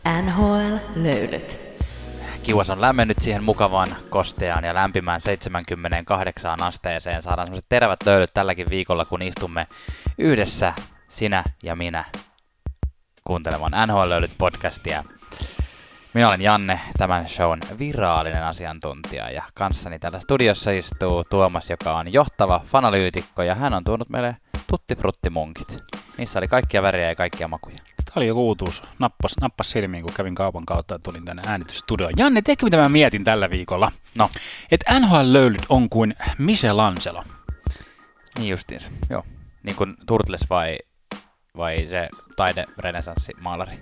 NHL-löylyt. Kiuas on lämmennyt siihen mukavan kosteaan ja lämpimään 78 asteeseen. Saadaan semmoiset terävät löylyt tälläkin viikolla, kun istumme yhdessä, sinä ja minä, kuuntelemaan NHL-löylyt podcastia. Minä olen Janne, tämän shown virallinen asiantuntija, ja kanssani täällä studiossa istuu Tuomas, joka on johtava fanalyytikko, ja hän on tuonut meille tuttifruttimunkit. Niissä oli kaikkia väriä ja kaikkia makuja. Tämä oli joku uutuus. Nappas silmiin, kun kävin kaupan kautta ja tulin tänne äänitysstudioon. Janne, tiedätkö mitä mä mietin tällä viikolla? No. Että NHL-löylyt on kuin Michelangelo. Niin justiinsa, joo. Niin kuin Turtles vai se taide-renesanssimaalari?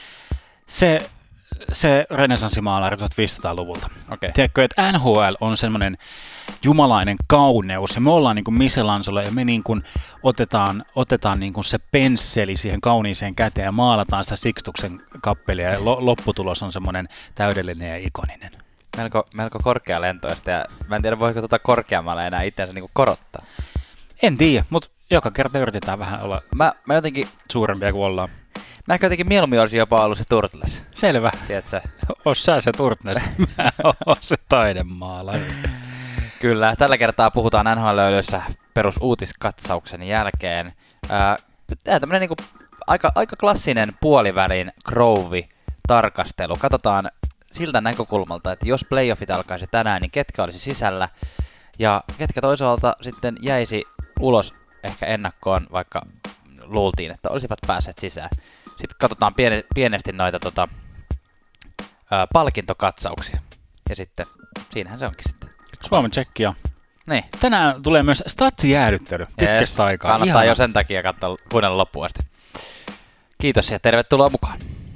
Se renesanssimaalari 1500-luvulta. Okay. Tiedätkö, että NHL on semmoinen jumalainen kauneus, ja me ollaan niin kuin Michelangelo, ja me niin kuin otetaan niin kuin se pensseli siihen kauniiseen käteen, ja maalataan sitä Sixtuksen kappelia, ja lopputulos on semmoinen täydellinen ja ikoninen. Melko korkealentoista, ja mä en tiedä, voiko korkeammalle enää itseänsä niin kuin korottaa. En tiedä, mutta joka kerta yritetään vähän olla Mä jotenkin suurempia kuin ollaan. Mä ehkä jotenkin mieluummin olisin jopa ollut se Turtles. Selvä. Tiedätkö? Ois sä se Turtles, mä oon se taidemaalari. Kyllä, tällä kertaa puhutaan NHL-löydössä perusuutiskatsauksen jälkeen. Tämmönen niinku aika klassinen puolivälin Grove-tarkastelu. Katsotaan siltä näkökulmalta, että jos playoffit alkaisi tänään, niin ketkä olisi sisällä ja ketkä toisaalta sitten jäisi ulos ehkä ennakkoon, vaikka luultiin, että olisivat päässeet sisään. Sitten katsotaan pienesti noita palkintokatsauksia. Ja sitten siinähän se onkin sitten. Suomen tsekkiä. Niin. Tänään tulee myös statsijäädyttely pitkästä aikaa. Kannattaa jo sen takia kuunnella loppuun asti. Kiitos ja tervetuloa mukaan.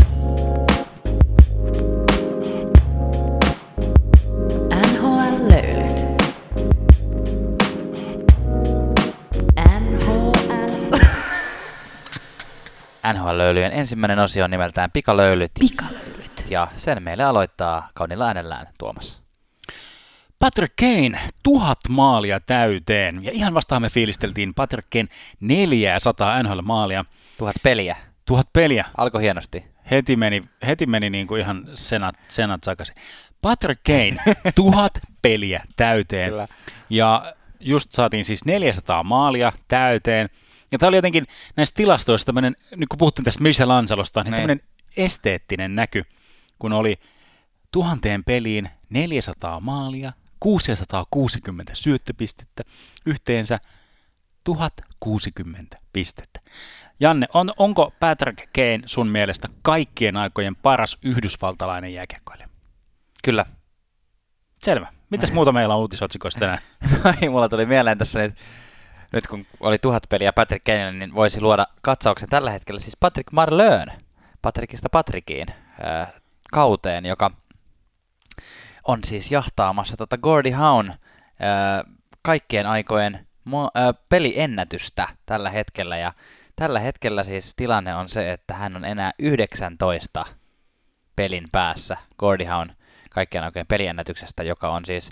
NHL-löylyt. NHL-löylyjen ensimmäinen osio on nimeltään Pikalöylyt. Pikalöylyt. Ja sen meille aloittaa kauniilla äänellään Tuomas. Patrick Kane, 1000 maalia täyteen. Ja ihan vastaan me fiilisteltiin Patrick Kane 400 NHL-maalia. 1000 peliä. 1000 peliä. Alkoi hienosti. Heti meni niin kuin ihan senat sakaisin. Patrick Kane, 1000 peliä täyteen. Kyllä. Ja just saatiin siis 400 maalia täyteen. Ja tämä oli jotenkin näissä tilastoissa tämmöinen, nyt kun puhuttiin tästä Michelangelosta, niin tämmöinen esteettinen näky, kun oli 1000 peliin 400 maalia, 660 syöttöpistettä, yhteensä 1060 pistettä. Janne, onko Patrick Kane sun mielestä kaikkien aikojen paras yhdysvaltalainen jääkiekkoilija? Kyllä. Selvä. Mitäs muuta meillä on uutisotsikoissa tänään? Mulla tuli mieleen tässä nyt kun oli 1000 peliä Patrick Kanelle, niin voisi luoda katsauksen tällä hetkellä siis Patrick Marleön, Patrickista Patrickiin kauteen, joka on siis jahtaamassa Gordie Howen kaikkien aikojen peliennätystä tällä hetkellä. Ja tällä hetkellä siis tilanne on se, että hän on enää 19 pelin päässä Gordie Howen kaikkien aikojen peliennätyksestä, joka on siis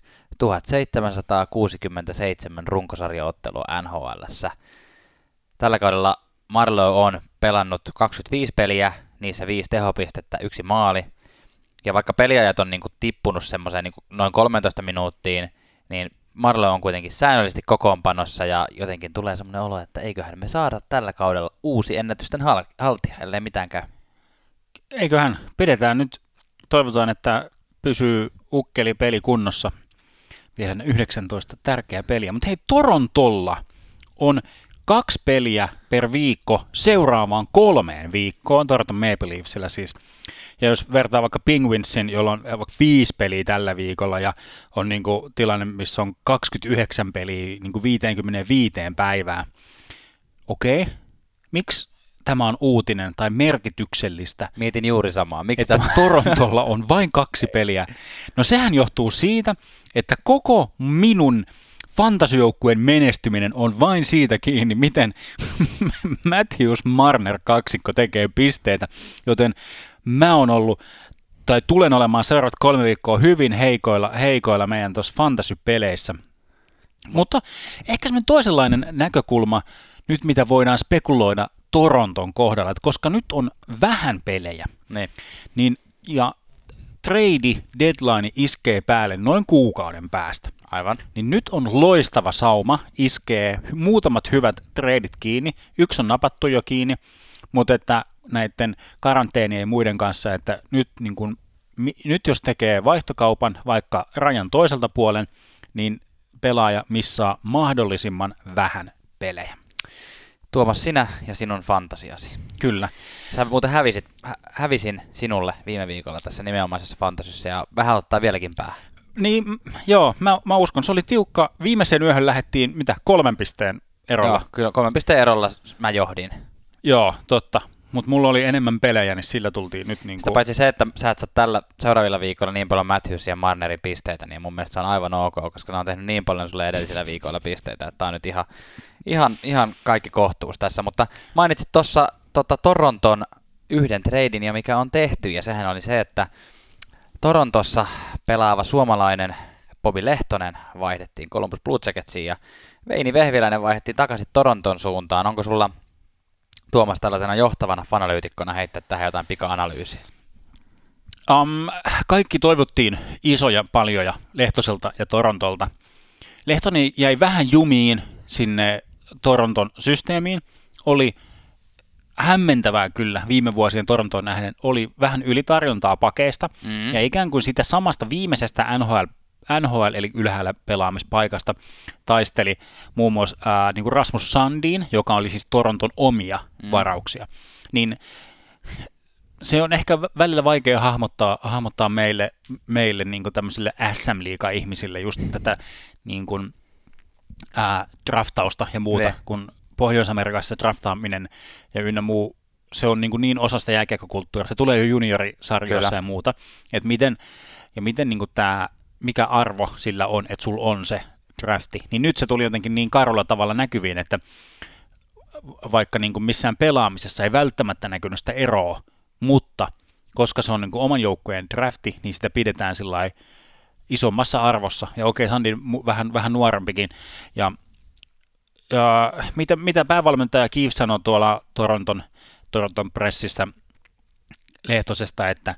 1767 runkosarjaottelua NHL:ssä. Tällä kaudella Marleau on pelannut 25 peliä, niissä 5 tehopistettä, 1 maali. Ja vaikka peliajat on niinku tippunut semmoiseen niinku noin 13 minuuttiin, niin Marleau on kuitenkin säännöllisesti kokoonpanossa ja jotenkin tulee semmoinen olo, että eiköhän me saada tällä kaudella uusi ennätysten haltija, ellei mitään käy. Eiköhän pidetään nyt, toivotaan, että pysyy ukkelipeli kunnossa. Vielä 19 tärkeää peliä. Mutta hei, Torontolla on 2 peliä per viikko seuraavaan 3 viikkoon. Toronto Maple Leafsillä siis. Ja jos vertaa vaikka Penguinsin, jolla on vaikka 5 peliä tällä viikolla ja on niinku tilanne, missä on 29 peliä niinku 55 päivää. Okei. Miksi tämä on uutinen tai merkityksellistä? Mietin juuri samaa. Miksi että Torontolla on vain 2 peliä. No sehän johtuu siitä, että koko minun fantasyjoukkueen menestyminen on vain siitä kiinni, miten Matthews Marner kaksikko tekee pisteitä, joten mä oon ollut, tai tulen olemaan seuraavat 3 viikkoa hyvin heikoilla meidän tuossa fantasypeleissä. Mutta ehkä semmoinen toisenlainen näkökulma, nyt mitä voidaan spekuloida Toronton kohdalla, että koska nyt on vähän pelejä, niin ja trade deadline iskee päälle noin kuukauden päästä. Aivan. Niin nyt on loistava sauma, iskee muutamat hyvät tradeit kiinni. Yksi on napattu jo kiinni, mutta että näiden karanteenien ja muiden kanssa, että nyt jos tekee vaihtokaupan vaikka rajan toiselta puolen, niin pelaaja missaa mahdollisimman vähän pelejä. Tuomas, sinä ja sinun fantasiasi. Kyllä. Sä muuten hävisin sinulle viime viikolla tässä nimenomaisessa fantasiassa ja vähän ottaa vieläkin päähän. Niin, joo, mä uskon, se oli tiukka. Viimeiseen yöhön lähdettiin, 3 pisteen erolla? Joo, kyllä 3 pisteen erolla mä johdin. Joo, totta. Mutta mulla oli enemmän pelejä, niin sillä tultiin nyt niin kuin... Paitsi se, että sä et saa tällä seuraavilla viikolla niin paljon Matthewsia ja Marnerin pisteitä, niin mun mielestä se on aivan ok, koska ne on tehnyt niin paljon sulle edellisillä viikoilla pisteitä, että tää on nyt ihan kaikki kohtuus tässä. Mutta mainitsit tuossa Toronton yhden treidin ja mikä on tehty, ja sehän oli se, että Torontossa pelaava suomalainen Bobby Lehtonen vaihdettiin Columbus Blue Jacketsiin ja Veini Vehviläinen vaihdettiin takaisin Toronton suuntaan. Onko sulla, Tuomas, tällaisena johtavana fanalyytikkona heittää tähän jotain pika-analyysiä? Kaikki toivottiin isoja paljoja Lehtoselta ja Torontolta. Lehtonen jäi vähän jumiin sinne Toronton systeemiin. Oli hämmentävää kyllä viime vuosien Torontoon nähden, oli vähän ylitarjontaa pakeista, ja ikään kuin sitä samasta viimeisestä NHL eli ylhäällä pelaamispaikasta taisteli muun muassa niin kuin Rasmus Sandin, joka oli siis Toronton omia varauksia. Niin se on ehkä välillä vaikea hahmottaa meille niin kuin tämmöisille SM-liiga-ihmisille just tätä niin kuin, draftausta ja muuta, kun Pohjois-Amerikassa draftaaminen ja ynnä muu, se on niin osa sitä jääkiekkokulttuuria. Se tulee jo juniorisarjoissa ja muuta. Että miten niin kuin mikä arvo sillä on, että sulla on se drafti. Niin nyt se tuli jotenkin niin karulla tavalla näkyviin, että vaikka niin kuin missään pelaamisessa ei välttämättä näkynyt sitä eroa, mutta koska se on niin kuin oman joukkueen drafti, niin sitä pidetään sillai isommassa arvossa. Ja okei, Sandi vähän nuorempikin. Ja mitä päävalmentaja Keefe sanoi tuolla Toronton pressissä Lehtosesta, että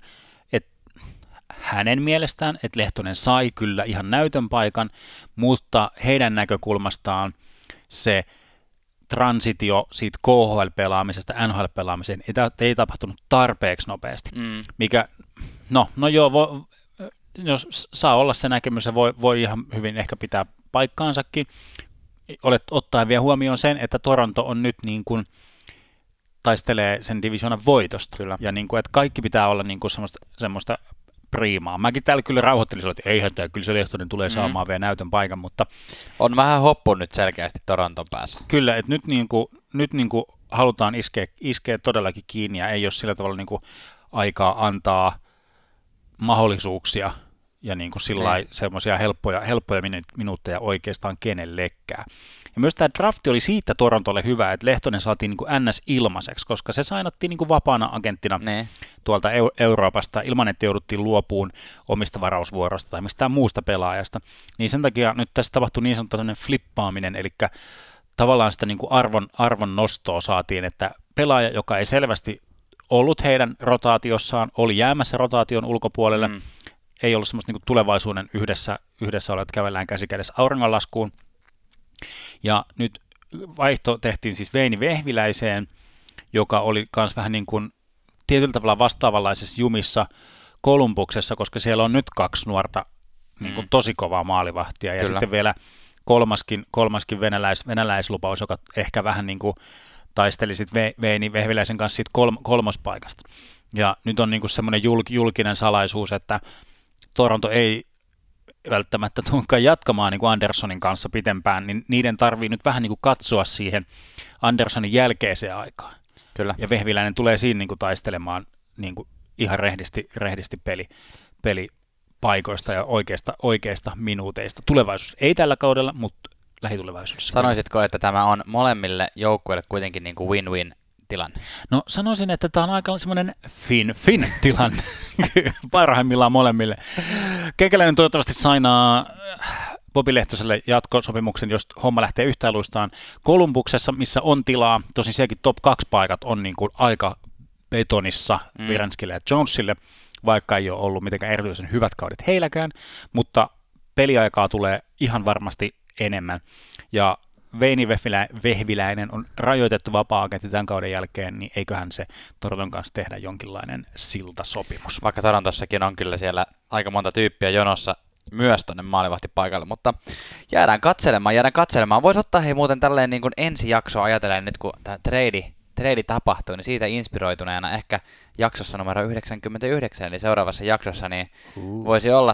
hänen mielestään, että Lehtonen sai kyllä ihan näytön paikan, mutta heidän näkökulmastaan se transitio siitä KHL-pelaamisesta NHL-pelaamiseen ei tapahtunut tarpeeksi nopeasti. Mikä, no joo, jos saa olla se näkemys, se voi ihan hyvin ehkä pitää paikkaansakin. Ottaen vielä huomioon sen, että Toronto on nyt niin kuin taistelee sen divisioonan voitosta. Kyllä. Ja niin kuin, että kaikki pitää olla niin kuin semmoista priimaa. Mäkin täällä kyllä rauhoittelin, että eihän tämä, kyllä se Lehtonen tulee saamaan vielä näytön paikan, mutta... On vähän hoppu nyt selkeästi Toronton päässä. Kyllä, että nyt niin kuin halutaan iskeä todellakin kiinni ja ei ole sillä tavalla niin kuin aikaa antaa mahdollisuuksia ja niin kuin sillai semmoisia helppoja minuutteja oikeastaan kenellekään. Ja myös tämä drafti oli siitä Torontolle hyvä, että Lehtonen saatiin niin kuin NS ilmaiseksi, koska se sainattiin niin kuin vapaana agenttina tuolta Euroopasta ilman, että jouduttiin luopuun omista varausvuoroista tai mistään muusta pelaajasta. Niin sen takia nyt tässä tapahtui niin sanottu flippaaminen, eli tavallaan sitä niin kuin arvon nostoa saatiin, että pelaaja, joka ei selvästi ollut heidän rotaatiossaan, oli jäämässä rotaation ulkopuolelle, ei ollut semmoista niin kuin tulevaisuuden yhdessä olevat kävellään käsikädessä auringonlaskuun. Ja nyt vaihto tehtiin siis Veini Vehviläiseen, joka oli myös vähän niin kuin tietyllä tavalla vastaavanlaisessa jumissa Kolumbuksessa, koska siellä on nyt 2 nuorta niin kuin tosi kovaa maalivahtia. Ja sitten vielä kolmaskin venäläislupaus, joka ehkä vähän niin kuin taisteli sitten Veini Vehviläisen kanssa siitä kolmospaikasta. Ja nyt on niin kuin semmoinen julkinen salaisuus, että Toronto ei välttämättä tuunkaan jatkamaan niin kuin Anderssonin kanssa pitempään, niin niiden tarvii nyt vähän niin kuin katsoa siihen Anderssonin jälkeiseen aikaan. Kyllä. Ja Vehviläinen tulee siinä niin kuin taistelemaan niin kuin ihan rehdisti pelipaikoista ja oikeista minuuteista. Tulevaisuus ei tällä kaudella, mutta lähitulevaisuudessa. Sanoisitko, että tämä on molemmille joukkueille kuitenkin niin kuin win-win tilanne? No sanoisin, että tämä on aika semmoinen fin tilanne parhaimmillaan molemmille. Kekäläinen toivottavasti sainaa Bobby Lehtoselle jatkosopimuksen, jos homma lähtee yhtään luistaan Columbuksessa, missä on tilaa. Tosin sielläkin top 2 paikat on niin kuin aika betonissa Werenskille ja Jonesille, vaikka ei ole ollut mitenkään erityisen hyvät kaudet heilläkään, mutta peliaikaa tulee ihan varmasti enemmän. Ja Veini Vehviläinen on rajoitettu vapaa-agentti tämän kauden jälkeen, niin eiköhän se Toronton kanssa tehdä jonkinlainen siltasopimus. Vaikka Torontossakin on kyllä siellä aika monta tyyppiä jonossa myös tuonne maalivahtipaikalle, mutta jäädään katselemaan. Voisi ottaa muuten tälleen niin kuin ensi jaksoa ajatellen nyt, kun tämä trade tapahtui, niin siitä inspiroituneena ehkä jaksossa numero 99, eli seuraavassa jaksossa, niin voisi olla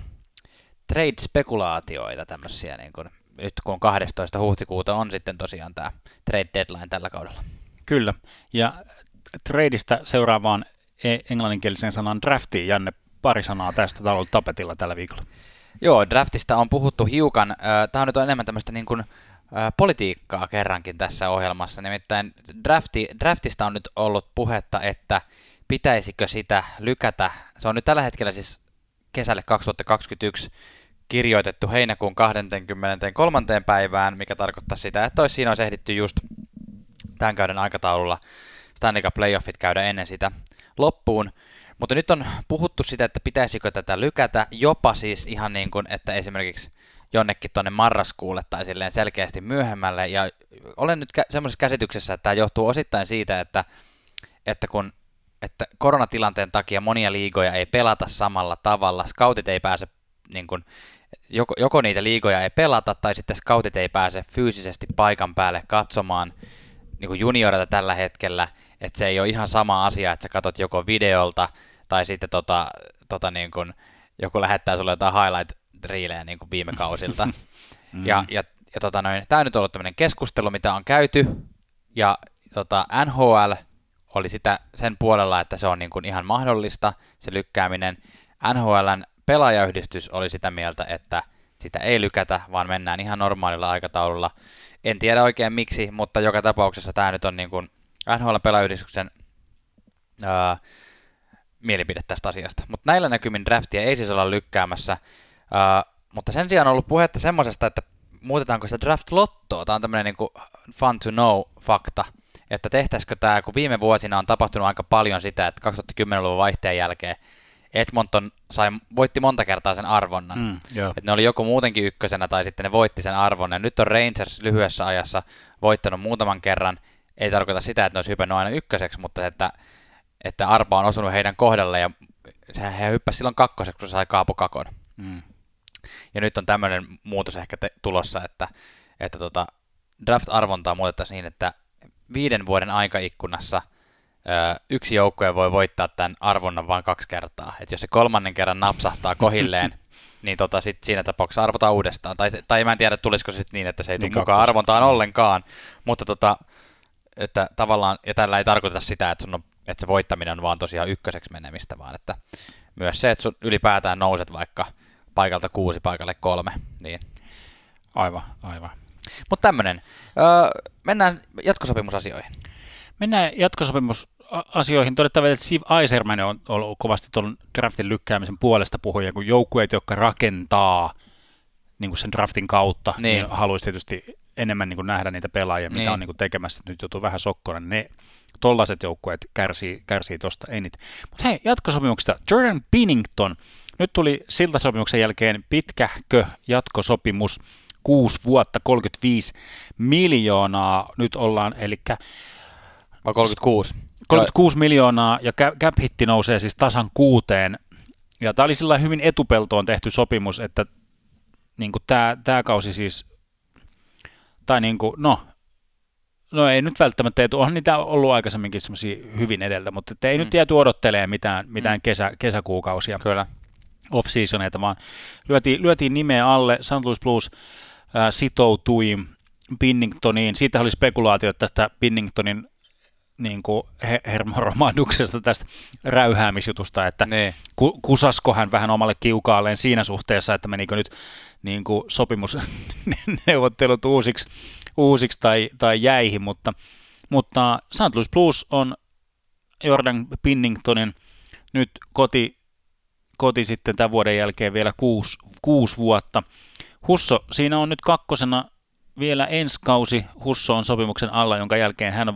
trade-spekulaatioita tämmöisiä, niin kuin, nyt kun 12. huhtikuuta on sitten tosiaan tämä trade deadline tällä kaudella. Kyllä, ja tradeista seuraavaan englanninkieliseen sanan draftiin, Janne, pari sanaa tästä, tämä on ollut tapetilla tällä viikolla. Joo, draftista on puhuttu hiukan, tämä on nyt enemmän tämmöistä niin kuin politiikkaa kerrankin tässä ohjelmassa, nimittäin draftista on nyt ollut puhetta, että pitäisikö sitä lykätä, se on nyt tällä hetkellä siis kesälle 2021 kirjoitettu heinäkuun 23. päivään, mikä tarkoittaa sitä, että siinä olisi ehditty just tämän kauden aikataululla Stanley Cup playoffit käydä ennen sitä loppuun, mutta nyt on puhuttu sitä, että pitäisikö tätä lykätä jopa siis ihan niin kuin, että esimerkiksi jonnekin tuonne marraskuulle tai silleen selkeästi myöhemmälle, ja olen nyt semmoisessa käsityksessä, että tämä johtuu osittain siitä, että koronatilanteen takia monia liigoja ei pelata samalla tavalla, scoutit ei pääse, niin kuin, joko niitä liigoja ei pelata, tai sitten scoutit ei pääse fyysisesti paikan päälle katsomaan niin kuin junioreita tällä hetkellä, että se ei ole ihan sama asia, että sä katot joko videolta, tai sitten niin kuin, joku lähettää sulle jotain highlight-riilejä niin kuin viime kausilta. Tämä on nyt ollut tämmöinen keskustelu, mitä on käyty, ja NHL oli sen puolella, että se on niin kuin ihan mahdollista, se lykkääminen. NHL:n pelaajayhdistys oli sitä mieltä, että sitä ei lykätä, vaan mennään ihan normaalilla aikataululla. En tiedä oikein miksi, mutta joka tapauksessa tämä nyt on niin kuin NHL:n pelaajayhdistyksen mielipide tästä asiasta. Mutta näillä näkymin draftia ei siis olla lykkäämässä, mutta sen sijaan on ollut puhetta semmoisesta, että muutetaanko sitä draft-lottoa. Tämä on tämmöinen niin kuin fun to know-fakta, että tehtäisikö tämä, kun viime vuosina on tapahtunut aika paljon sitä, että 2010-luvun vaihteen jälkeen Edmonton voitti monta kertaa sen arvonnan. Että ne oli joko muutenkin ykkösenä tai sitten ne voitti sen arvonnan. Nyt on Rangers lyhyessä ajassa voittanut muutaman kerran. Ei tarkoita sitä, että ne olisi hypännyt aina ykköseksi, mutta että arpa on osunut heidän kohdalle ja he hyppäsivät silloin kakkoseksi, kun se sai Kaapo Kakon. Ja nyt on tämmöinen muutos ehkä tulossa, että draft-arvontaa muutettaisiin niin, että 5 vuoden aikaikkunassa yksi joukkue voi voittaa tämän arvonnan vain 2 kertaa. Et jos se 3. kerran napsahtaa kohilleen, niin sit siinä tapauksessa arvotaan uudestaan. Tai mä en tiedä, tulisiko se sitten niin, että se ei tule mukaan arvontaan ollenkaan. Mutta että tavallaan, ja tällä ei tarkoita sitä, että se voittaminen on vaan tosiaan ykköseksi menemistä, vaan että myös se, että sun ylipäätään nouset vaikka paikalta 6 paikalle 3. Niin. Aivan. Mutta tämmöinen. Mennään jatkosopimusasioihin. Mennään jatkosopimusasioihin. Todettava, että Steve Yzerman on ollut kovasti tuon draftin lykkäämisen puolesta puhuja, kun joukkueet, jotka rakentaa niin kuin sen draftin kautta, niin haluaisi tietysti enemmän niin kuin nähdä niitä pelaajia, mitä on niin kuin tekemässä. Nyt joutuu vähän sokkona. Ne tollaiset joukkueet kärsii tuosta eniten. Mutta hei, jatkosopimuksesta. Jordan Binnington. Nyt tuli siltasopimuksen jälkeen pitkähkö jatkosopimus. 6 vuotta, 35 miljoonaa nyt ollaan, eli 36. 36 miljoonaa, ja cap-hitti nousee siis tasan 6. Ja tämä oli sillä hyvin etupeltoon tehty sopimus, että niin tämä kausi siis, tai niin kuin, no ei nyt välttämättä etu, on niitä ollut aikaisemminkin semmoisia hyvin edeltä, mutta ei nyt jääty odottelemaan mitään kesäkuukausia. Kyllä. Off-seasoneita, vaan lyötiin nimeä alle. St. Louis Blues sitoutui Binningtoniin. Siitä oli spekulaatio tästä Binningtonin niin kuin hermoromahduksesta, tästä räyhäämisjutusta, että kusasko hän vähän omalle kiukaalleen siinä suhteessa, että menikö nyt niin kuin sopimusneuvottelut uusiksi tai jäihin, mutta St. Louis Blues on Jordan Binningtonin nyt koti sitten tämän vuoden jälkeen vielä 6 vuotta. Husso, siinä on nyt kakkosena vielä ensi kausi. Husso on sopimuksen alla, jonka jälkeen hän on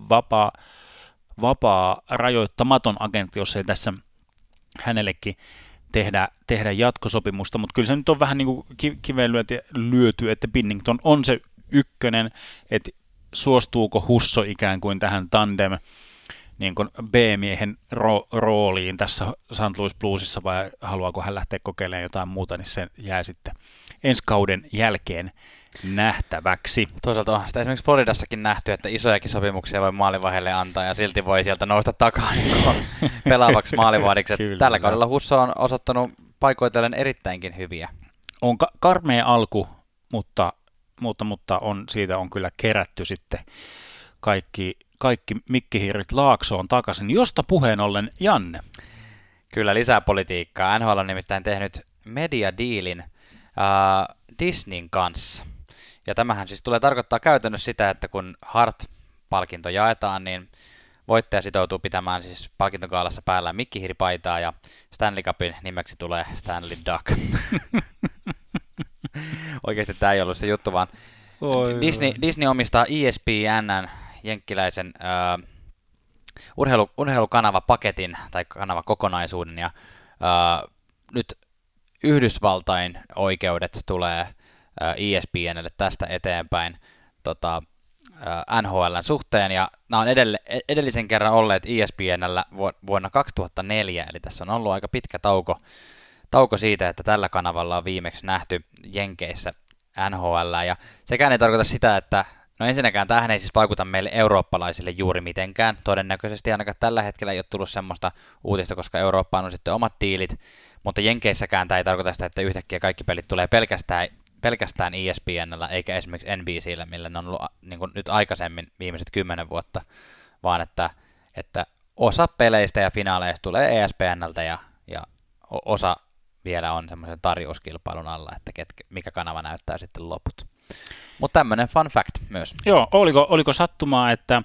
vapaa rajoittamaton agentti, jos ei tässä hänellekin tehdä jatkosopimusta, mutta kyllä se nyt on vähän niin kuin kiveen lyöty, että Binnington on se ykkönen, että suostuuko Husso ikään kuin tähän tandem niin kuin B-miehen rooliin tässä St. Louis Bluesissa vai haluaako hän lähteä kokeilemaan jotain muuta, niin se jää sitten ensi kauden jälkeen nähtäväksi. Toisaalta on sitä esimerkiksi Floridassakin nähty, että isojakin sopimuksia voi maalivahdelle antaa ja silti voi sieltä nousta takaa pelaavaksi maalivahdiksi. Tällä kaudella Husso on osoittanut paikoitellen erittäinkin hyviä. On karmea alku, mutta siitä on kyllä kerätty sitten kaikki mikkihiirit Laaksoon takaisin, josta puheen ollen Janne. Kyllä lisää politiikkaa. NHL on nimittäin tehnyt mediadiilin Disneyn kanssa. Ja tämähän siis tulee tarkoittaa käytännössä sitä, että kun Hart-palkinto jaetaan, niin voittaja sitoutuu pitämään siis palkintokaalassa päällään mikkihiiripaitaa ja Stanley Cupin nimeksi tulee Stanley Duck. Oikeasti tämä ei ollut se juttu, vaan Disney omistaa ESPN:n jenkkiläisen urheilukanavapaketin tai kanavakokonaisuuden ja nyt Yhdysvaltain oikeudet tulee ESPN:lle tästä eteenpäin NHL:n suhteen, ja nämä on edellisen kerran olleet ESPN:llä vuonna 2004, eli tässä on ollut aika pitkä tauko siitä, että tällä kanavalla on viimeksi nähty Jenkeissä NHL, ja sekään ei tarkoita sitä, että no ensinnäkään tämähän ei siis vaikuta meille eurooppalaisille juuri mitenkään, todennäköisesti ainakaan tällä hetkellä ei ole tullut semmoista uutista, koska Eurooppaan on sitten omat diilit, mutta Jenkeissäkään tämä ei tarkoita sitä, että yhtäkkiä kaikki pelit tulee pelkästään ESPN:llä eikä esimerkiksi NBC:llä, millä ne on ollut niin kuin nyt aikaisemmin viimeiset 10 vuotta, vaan että osa peleistä ja finaaleista tulee ESPN:ltä ja osa vielä on semmoisen tarjouskilpailun alla, että mikä kanava näyttää sitten loput. Mutta tämmöinen fun fact myös. Joo, oliko sattumaa, että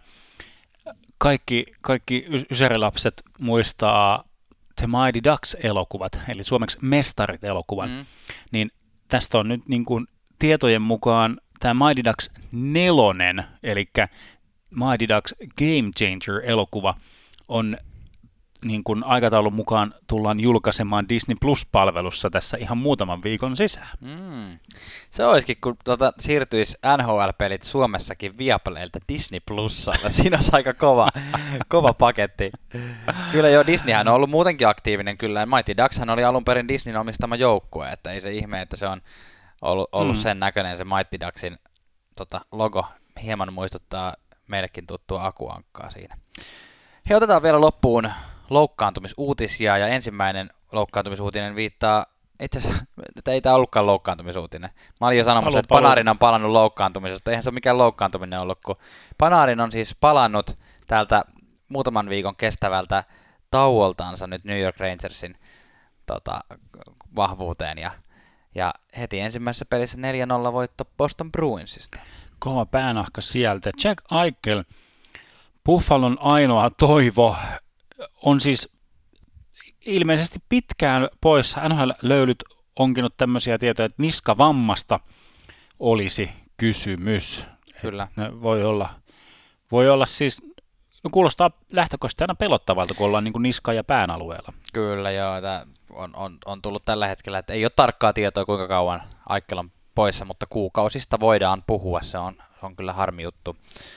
kaikki ysärilapset muistaa The Mighty Ducks-elokuvat, eli suomeksi Mestarit-elokuvan, niin tästä on nyt niin kuin tietojen mukaan tämä Mighty Ducks 4, eli Mighty Ducks Game Changer-elokuva on niin kuin aikataulun mukaan tullaan julkaisemaan Disney Plus-palvelussa tässä ihan muutaman viikon sisään. Se olisikin, kun siirtyisi NHL-pelit Suomessakin Viaplaylta Disney Plusalle. Siinä olisi aika kova paketti. Kyllä jo, Disneyhän on ollut muutenkin aktiivinen kyllä. Mighty Duckshan oli alun perin Disneyn omistama joukkue, että ei se ihme, että se on ollut sen näköinen se Mighty Ducksin logo. Hieman muistuttaa meillekin tuttua Akuankkaa siinä. He otetaan vielä loppuun loukkaantumisuutisia, ja ensimmäinen loukkaantumisuutinen viittaa, itse asiassa ei tämä ollutkaan loukkaantumisuutinen. Mä olin jo sanomassa, että Panarin on palannut loukkaantumisesta, mutta eihän se ole mikään loukkaantuminen ollut, kun Panarin on siis palannut täältä muutaman viikon kestävältä tauoltaansa nyt New York Rangersin vahvuuteen, ja heti ensimmäisessä pelissä 4-0 voitto Boston Bruinsista. Kova päänahka sieltä. Jack Eichel, Buffalon ainoa toivo, on siis ilmeisesti pitkään poissa. NHL-löylyt onkinut tämmöisiä tietoja, että niskavammasta olisi kysymys. Kyllä. Voi olla siis, no kuulostaa lähtökohtaisesti aina pelottavalta, kun ollaan niin kuin niska- ja pään alueella. Kyllä joo, tämä on tullut tällä hetkellä, että ei ole tarkkaa tietoa kuinka kauan Eichel on poissa, mutta kuukausista voidaan puhua, se on kyllä harmi juttu.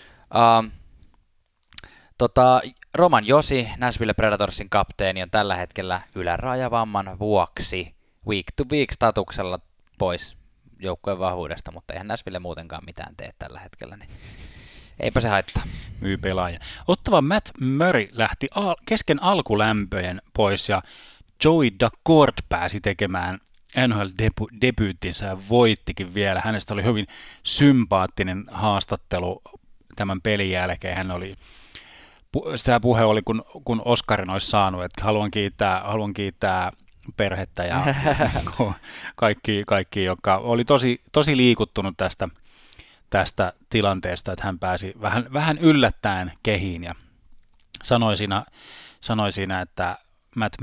Roman Josi, Nashville Predatorsin kapteeni, on tällä hetkellä ylärajavamman vuoksi week to week statuksella pois joukkueen vahvuudesta, mutta eihän Nashville muutenkaan mitään tee tällä hetkellä, niin eipä se haittaa. Myy pelaaja. Ottava Matt Murray lähti kesken alkulämpöjen pois ja Joey Daccord pääsi tekemään NHL-debyyttinsä ja voittikin vielä. Hänestä oli hyvin sympaattinen haastattelu tämän pelin jälkeen. Hän oli sitä puhe oli, kun Oskarin olisi saanut, että haluan kiittää perhettä ja kaikki, joka oli tosi liikuttunut tästä tilanteesta, että hän pääsi vähän yllättäen kehiin ja sanoi siinä, että Matt Murray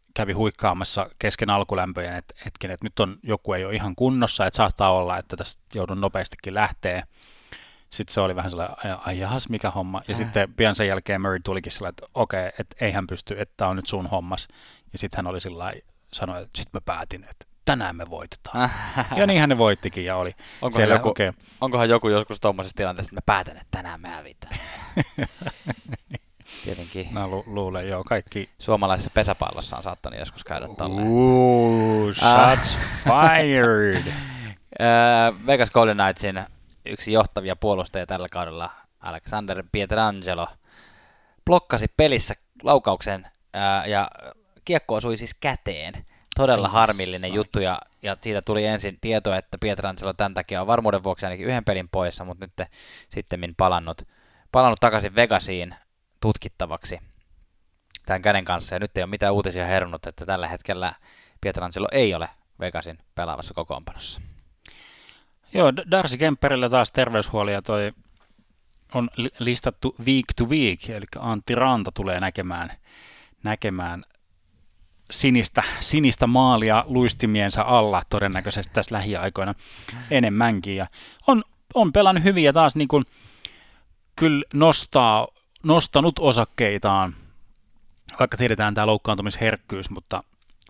kävi huikkaamassa kesken alkulämpöjen, että hetken, että nyt joku ei ole ihan kunnossa, että saattaa olla, että tästä joudun nopeastikin lähteä. Sitten se oli vähän sellainen, ai jahas, mikä homma. Ja sitten pian sen jälkeen Murray tulikin sellainen, että okei, että ei hän pysty, että tämä on nyt sun hommas. Ja sitten hän oli sellainen, sanoi, että sitten mä päätin, että tänään me voitetaan. Ja niinhän ne voittikin ja oli. Onkohan joku joskus tuommoisessa tilanteessa, että mä päätän, että tänään me hävitään. Tietenkin. Mä luulen, joo, kaikki. Suomalaisessa pesäpallossa on saattanut joskus käydä tolleen. Shots fired! Vegas Golden Knightsin yksi johtavia puolustajia tällä kaudella, Alexander Pietrangelo, blokkasi pelissä laukauksen ja kiekko osui siis käteen. Todella harmillinen juttu ja siitä tuli ensin tieto, että Pietrangelo tämän takia on varmuuden vuoksi ainakin yhden pelin poissa, mutta nyt sitten palannut takaisin Vegasiin tutkittavaksi tämän käden kanssa, ja nyt ei ole mitään uutisia herunut, että tällä hetkellä Pietrangelo ei ole Vegasin pelaavassa kokoonpanossa. Joo, Darcy Kemperillä taas terveyshuolia toi on listattu week to week, eli Antti Ranta tulee näkemään sinistä maalia luistimiensa alla todennäköisesti tässä lähiaikoina enemmänkin, ja on pelannut hyvin ja taas niin kuin kyllä nostanut osakkeitaan, vaikka tiedetään tämä loukkaantumisherkkyys, mutta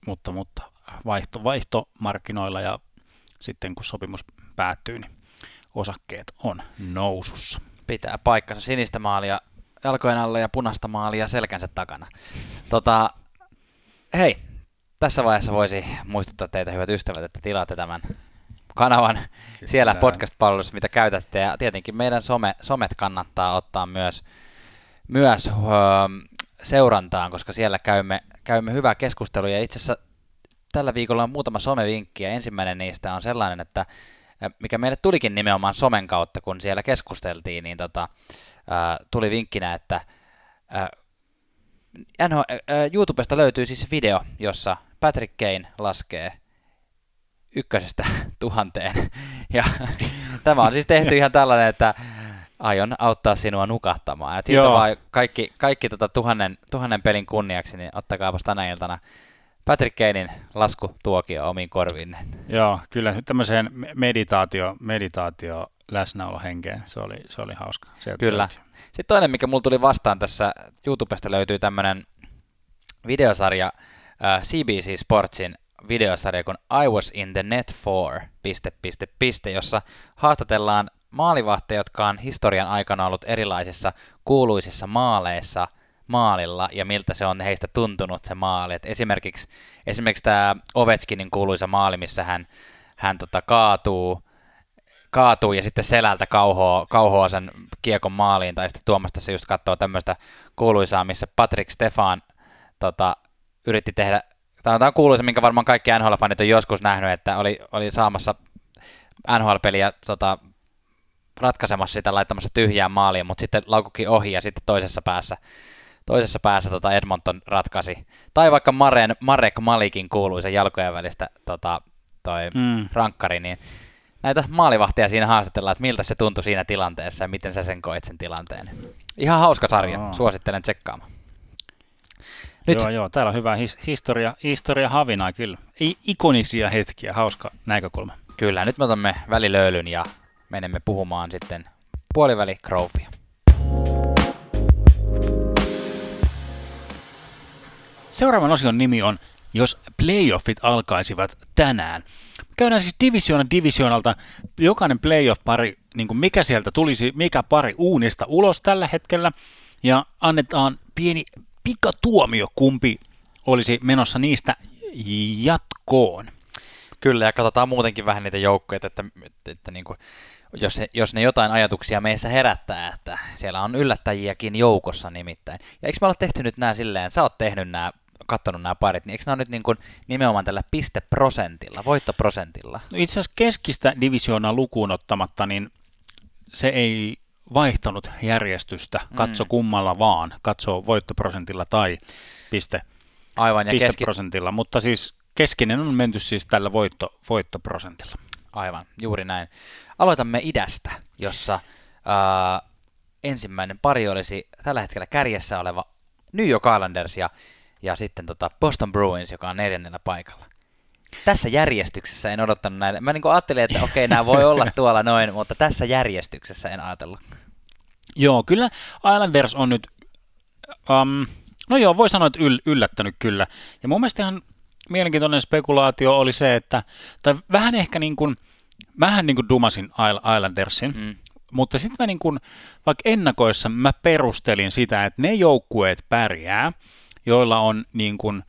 vaihtomarkkinoilla ja sitten kun sopimus päättyy, niin osakkeet on nousussa. Pitää paikkansa, sinistä maalia jalkojen alla ja punaista maalia selkänsä takana. Hei, tässä vaiheessa voisi muistuttaa teitä, hyvät ystävät, että tilaatte tämän kanavan kyllä siellä podcast-palvelussa, mitä käytätte, ja tietenkin meidän somet kannattaa ottaa myös seurantaan, koska siellä käymme hyvää keskustelua, ja itse asiassa tällä viikolla on muutama somevinkki, ja ensimmäinen niistä on sellainen, että mikä meille tulikin nimenomaan somen kautta, kun siellä keskusteltiin, niin tuli vinkkinä, että YouTubesta löytyy siis video, jossa Patrick Kane laskee 1–1000, ja tämä on siis tehty ihan tällainen, että aion auttaa sinua nukahtamaan. Ja siitä vaan kaikki 1000 pelin kunniaksi, niin ottakaapas tänä iltana Patrick Kanein laskutuokio omiin korviin. Joo, kyllä tämmöiseen meditaatio läsnäolohenkeen, se oli hauska. Kyllä. Sitten toinen, mikä mulla tuli vastaan tässä YouTubesta, löytyy tämmöinen videosarja, CBC Sportsin videosarja, kun I was in the net for ... jossa haastatellaan maalivahteja, jotka on historian aikana ollut erilaisissa kuuluisissa maaleissa maalilla, ja miltä se on heistä tuntunut se maali. Et esimerkiksi tämä Ovechkinin kuuluisa maali, missä hän kaatuu ja sitten selältä kauhoa sen kiekon maaliin, tai sitten Tuomasta se just katsoo tämmöistä kuuluisaa, missä Patrick Stefan yritti tehdä, tämä on kuuluisa, minkä varmaan kaikki NHL-fanit on joskus nähnyt, että oli saamassa NHL-peliä ratkaisemassa sitä, laittamassa tyhjään maaliin, mutta sitten laukukin ohi, ja sitten toisessa päässä Edmonton ratkaisi. Tai vaikka Marek Malikin kuuluisa jalkojen välistä rankkari, niin näitä maalivahtia siinä haastatellaan, että miltä se tuntui siinä tilanteessa ja miten sä sen koit sen tilanteen. Ihan hauska sarja, suosittelen tsekkaamaan. Nyt. Joo, täällä on hyvä historia havinaa kyllä. Ikonisia hetkiä, hauska näkökulma. Kyllä, nyt me otamme välilöylyn ja menemme puhumaan sitten puoliväli Crowfia. Seuraavan osion nimi on Jos playoffit alkaisivat tänään. Käydään siis divisioonalta jokainen playoff-pari, niin kuin mikä sieltä tulisi, mikä pari uunista ulos tällä hetkellä, ja annetaan pieni pikatuomio, kumpi olisi menossa niistä jatkoon. Kyllä, ja katsotaan muutenkin vähän niitä joukkoja, että niin kuin, jos ne jotain ajatuksia meissä herättää, että siellä on yllättäjiäkin joukossa nimittäin. Ja eikö me olla tehty nyt nämä silleen, sä oot katsonut nämä parit, niin eikö nämä ole nyt niin kuin nimenomaan tällä pisteprosentilla, voittoprosentilla? No itse asiassa keskistä divisioonaa lukuun ottamatta, niin se ei vaihtanut järjestystä, katso kummalla vaan, katso voittoprosentilla tai pisteprosentilla, mutta siis keskinen on menty siis tällä voittoprosentilla. Aivan, juuri näin. Aloitamme idästä, jossa ensimmäinen pari olisi tällä hetkellä kärjessä oleva New York Islanders, ja ja sitten Boston Bruins, joka on 4. paikalla. Tässä järjestyksessä en odottanut näitä. Mä niin kuin ajattelin, että okei, nämä voi olla tuolla noin, mutta tässä järjestyksessä en ajatellut. Joo, kyllä Islanders on nyt, no joo, voi sanoa, että yllättänyt kyllä. Ja mun mielestä ihan mielenkiintoinen spekulaatio oli se, että, tai vähän ehkä niin kuin dumasin Islandersin, mutta sitten mä niin kuin, vaikka ennakoissa mä perustelin sitä, että ne joukkueet pärjää, joilla on niin kuin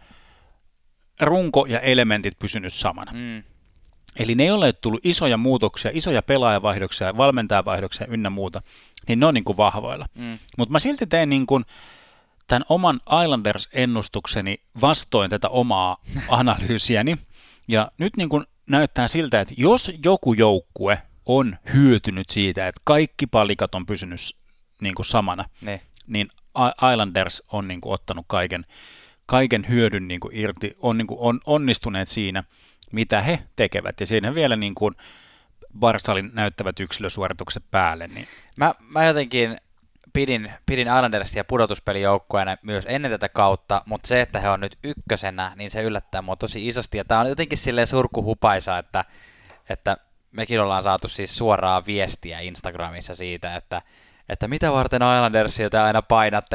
runko ja elementit pysynyt samana. Eli ne ei ole tullut isoja muutoksia, isoja pelaajavaihdoksia, valmentajavaihdoksia ynnä muuta, niin ne on niin kuin vahvoilla. Mutta mä silti tein niin kuin tämän oman Islanders-ennustukseni vastoin tätä omaa analyysiäni. Ja nyt niin kuin näyttää siltä, että jos joku joukkue on hyötynyt siitä, että kaikki palikat on pysynyt niin kuin samana, niin Islanders on niin kuin ottanut kaiken hyödyn niin kuin irti, on onnistuneet siinä, mitä he tekevät. Ja siinä vielä niin kuin Barsalin näyttävät yksilösuoritukset päälle. Niin. Mä jotenkin pidin Islandersia pudotuspelijoukkueena myös ennen tätä kautta, mutta se, että he on nyt ykkösenä, niin se yllättää mua tosi isosti. Ja tää on jotenkin silleen surkuhupaisa, että mekin ollaan saatu siis suoraa viestiä Instagramissa siitä, että mitä varten Islandersia te aina painatte